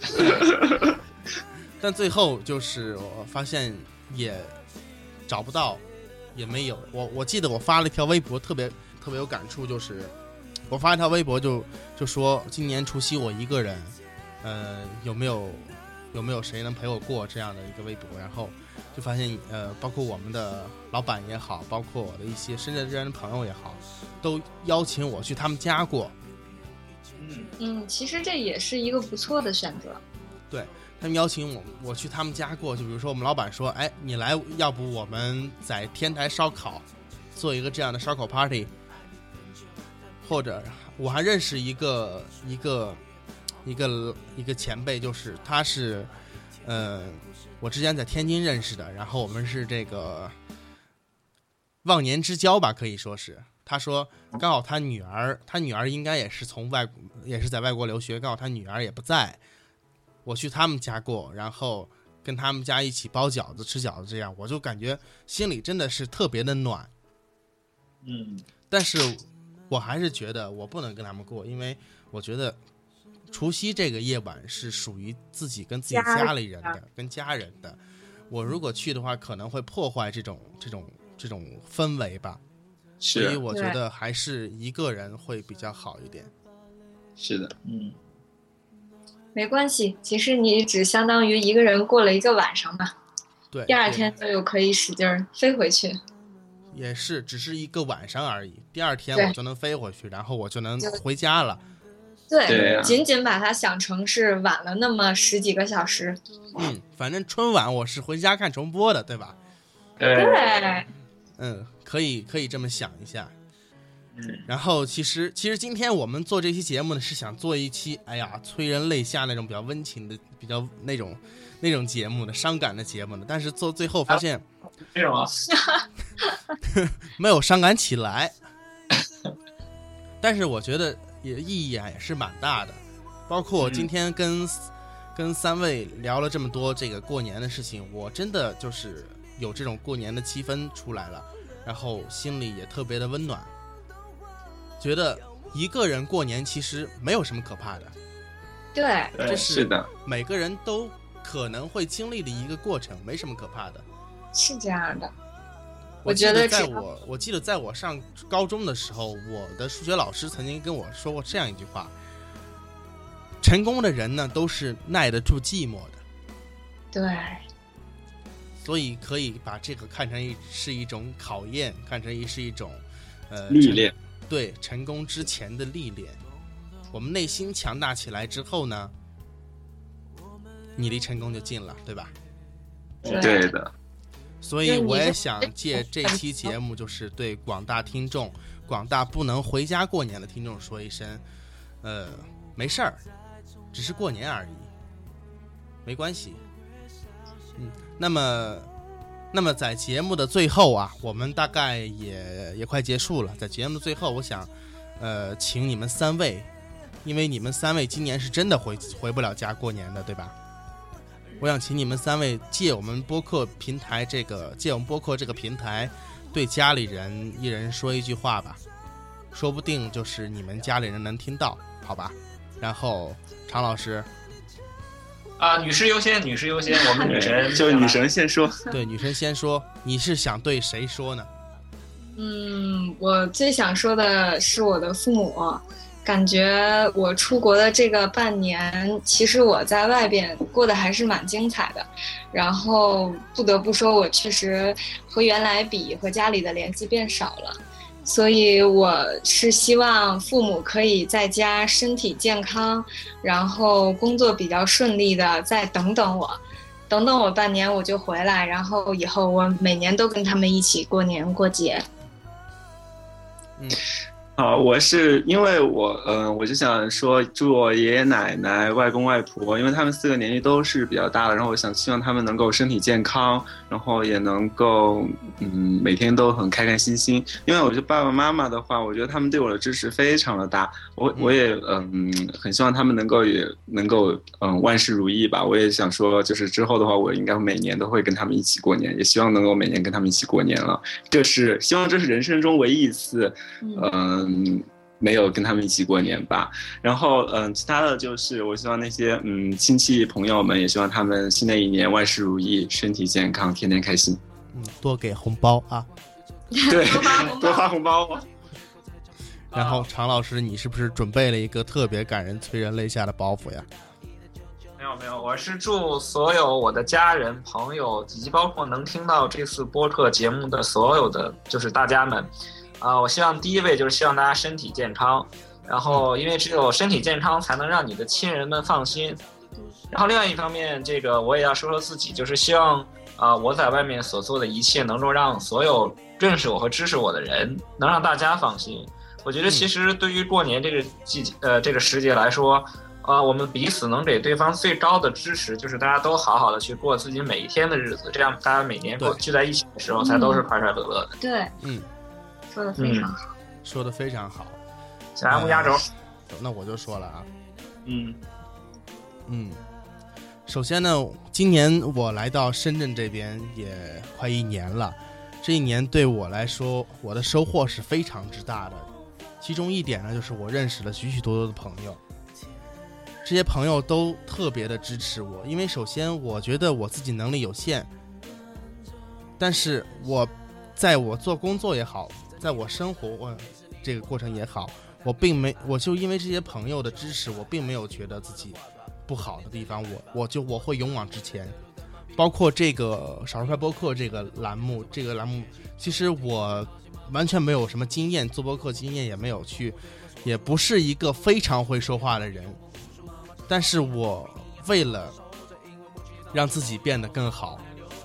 但最后就是我发现也找不到，也没有。我我记得我发了一条微博，特别特别有感触，就是。我发一条微博就就说今年除夕我一个人，呃，有没有有没有谁能陪我过这样的一个微博？然后就发现呃，包括我们的老板也好，包括我的一些深圳这边的朋友也好，都邀请我去他们家过。 嗯嗯，其实这也是一个不错的选择。 对，他们邀请我我去他们家过，就比如说我们老板说，哎，你来，要不我们在天台烧烤，做一个这样的烧烤 party。或者我还认识一个一个一个一个前辈，就是他是呃我之前在天津认识的，然后我们是这个忘年之交吧，可以说是。他说刚好他女儿他女儿应该也是从外也是在外国留学，刚好他女儿也不在，我去他们家过，然后跟他们家一起包饺子吃饺子，这样我就感觉心里真的是特别的暖。 嗯， 但是我还是觉得我不能跟他们过，因为我觉得除夕这个夜晚是属于自己跟自己家里人的，跟家人的。我如果去的话，可能会破坏这种这种这种氛围吧。所以我觉得还是一个人会比较好一点。 是的， 嗯， 没关系，其实你只相当于一个人过了一个晚上嘛。 对， 第二天就有可以使劲飞回去。 也是，只是一个晚上而已。第二天我就能飞回去，然后我就能回家了。 对， 对啊、 仅仅把它想成是晚了那么十几个小时。 嗯，反正春晚我是回家看重播的，对吧？ 对。 嗯，可以可以这么想一下。 嗯。 然后其实其实今天我们做这期节目呢，是想做一期哎呀催人泪下那种比较温情的、比较那种那种节目的、伤感的节目的，但是做最后发现。 这种啊， 没有伤感起来，但是我觉得也意义啊也是蛮大的。包括我今天跟、嗯、跟三位聊了这么多这个过年的事情，我真的就是有这种过年的气氛出来了，然后心里也特别的温暖，觉得一个人过年其实没有什么可怕的。 对， 这是每个人都可能会经历的一个过程，没什么可怕的。 是这样的， 我觉得在我我记得在我上高中的时候，我的数学老师曾经跟我说过这样一句话：成功的人呢，都是耐得住寂寞的。 对， 所以可以把这个看成一是一种考验，看成一是一种呃历练。 对，成功之前的历练。我们内心强大起来之后呢，你离成功就近了，对吧？ 对的。 所以我也想借这期节目，就是对广大听众、广大不能回家过年的听众说一声，呃，没事儿，只是过年而已，没关系。嗯，那么，那么在节目的最后啊，我们大概也也快结束了。在节目的最后，我想，呃，请你们三位，因为你们三位今年是真的回回不了家过年的，对吧？我想请你们三位借我们播客平台这个借我们播客这个平台，对家里人一人说一句话吧，说不定就是你们家里人能听到，好吧？然后常老师， 啊，女士优先，女士优先，我们女神就女神先说。 对，女神先说，你是想对谁说呢？ 嗯，我最想说的是我的父母， 感觉我出国的这个半年，其实我在外边过得还是蛮精彩的。然后不得不说，我确实和原来比，和家里的联系变少了。所以我是希望父母可以在家身体健康，然后工作比较顺利的再等等我，等等我半年我就回来，然后以后我每年都跟他们一起过年过节。 嗯，好，我是因为我，嗯、呃，我就想说，祝我爷爷奶奶、外公外婆，因为他们四个年纪都是比较大的，然后我想希望他们能够身体健康，然后也能够，嗯，每天都很开开心心。因为我觉得爸爸妈妈的话，我觉得他们对我的支持非常的大，我我也，嗯，很希望他们能够也能够，嗯，万事如意吧。我也想说，就是之后的话，我应该每年都会跟他们一起过年，也希望能够每年跟他们一起过年了。这是希望这是人生中唯一一次，嗯。嗯，没有跟他们一起过年吧。然后，嗯，其他的就是我希望那些嗯亲戚朋友们，也希望他们新的一年万事如意，身体健康，天天开心。 嗯，多给红包啊！ 对，多发红包。 然后，常老师，你是不是准备了一个特别感人、催人泪下的包袱呀？ 没有没有，我是祝所有我的家人、朋友，以及包括能听到这次播客节目的所有的就是大家们。啊、呃，我希望第一位就是希望大家身体健康，然后因为只有身体健康才能让你的亲人们放心。然后另外一方面，这个我也要说说自己，就是希望啊、呃，我在外面所做的一切能够让所有认识我和支持我的人能让大家放心。我觉得其实对于过年这个季节呃这个时节来说，啊、呃，我们彼此能给对方最高的支持，就是大家都好好的去过自己每一天的日子，这样大家每年过聚在一起的时候才都是快快乐乐的。 对， 嗯。 说的非常好、嗯， 说的非常好。 小 M 压轴、 呃，那我就说了啊。 嗯嗯，首先呢，今年我来到深圳这边也快一年了，这一年对我来说，我的收获是非常之大的。其中一点呢，就是我认识了许许多多的朋友，这些朋友都特别的支持我，因为首先我觉得我自己能力有限，但是我在我做工作也好，在我生活这个过程也好，我并没，我就因为这些朋友的支持，我并没有觉得自己不好的地方，我我就我会勇往直前。包括这个少数派播客这个栏目，这个栏目其实我完全没有什么经验，做播客经验也没有去，也不是一个非常会说话的人，但是我为了让自己变得更好，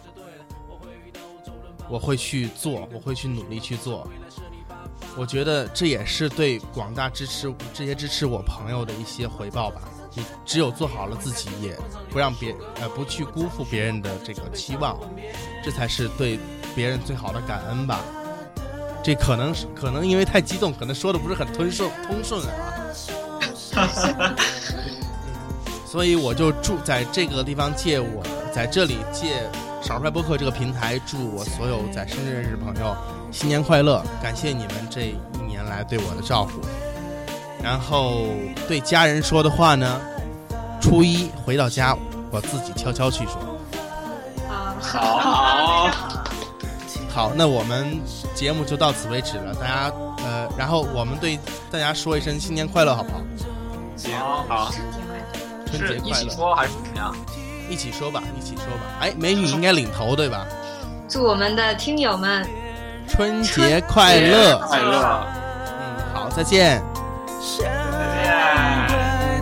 我会去做，我会去努力去做。我觉得这也是对广大支持这些支持我朋友的一些回报吧。你只有做好了自己，也不让别呃不去辜负别人的这个期望，这才是对别人最好的感恩吧。这可能是可能因为太激动，可能说的不是很通顺通顺啊。所以我就祝在这个地方借我在这里借少数派播客这个平台，祝我所有在深圳认识的朋友新年快乐，感谢你们这一年来对我的照顾。然后对家人说的话呢，初一回到家我自己悄悄去说。 好， 好，那我们节目就到此为止了，大家呃，然后我们对大家说一声新年快乐，好不好？ 行，好， 春节快乐。是一起说还是怎么样？ 一起说吧，一起说吧。哎，美女应该领头对吧？ 祝我们的听友们春节快乐， 快乐。 嗯，好，再见。 再见。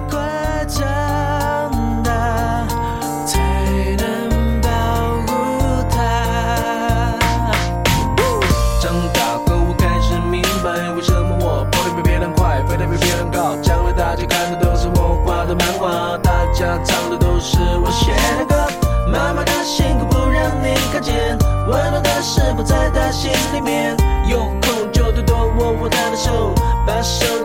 唱的都是我写的歌，妈妈的辛苦不让你看见，温暖的事不在她心里面，有空就多多握握她的手，把手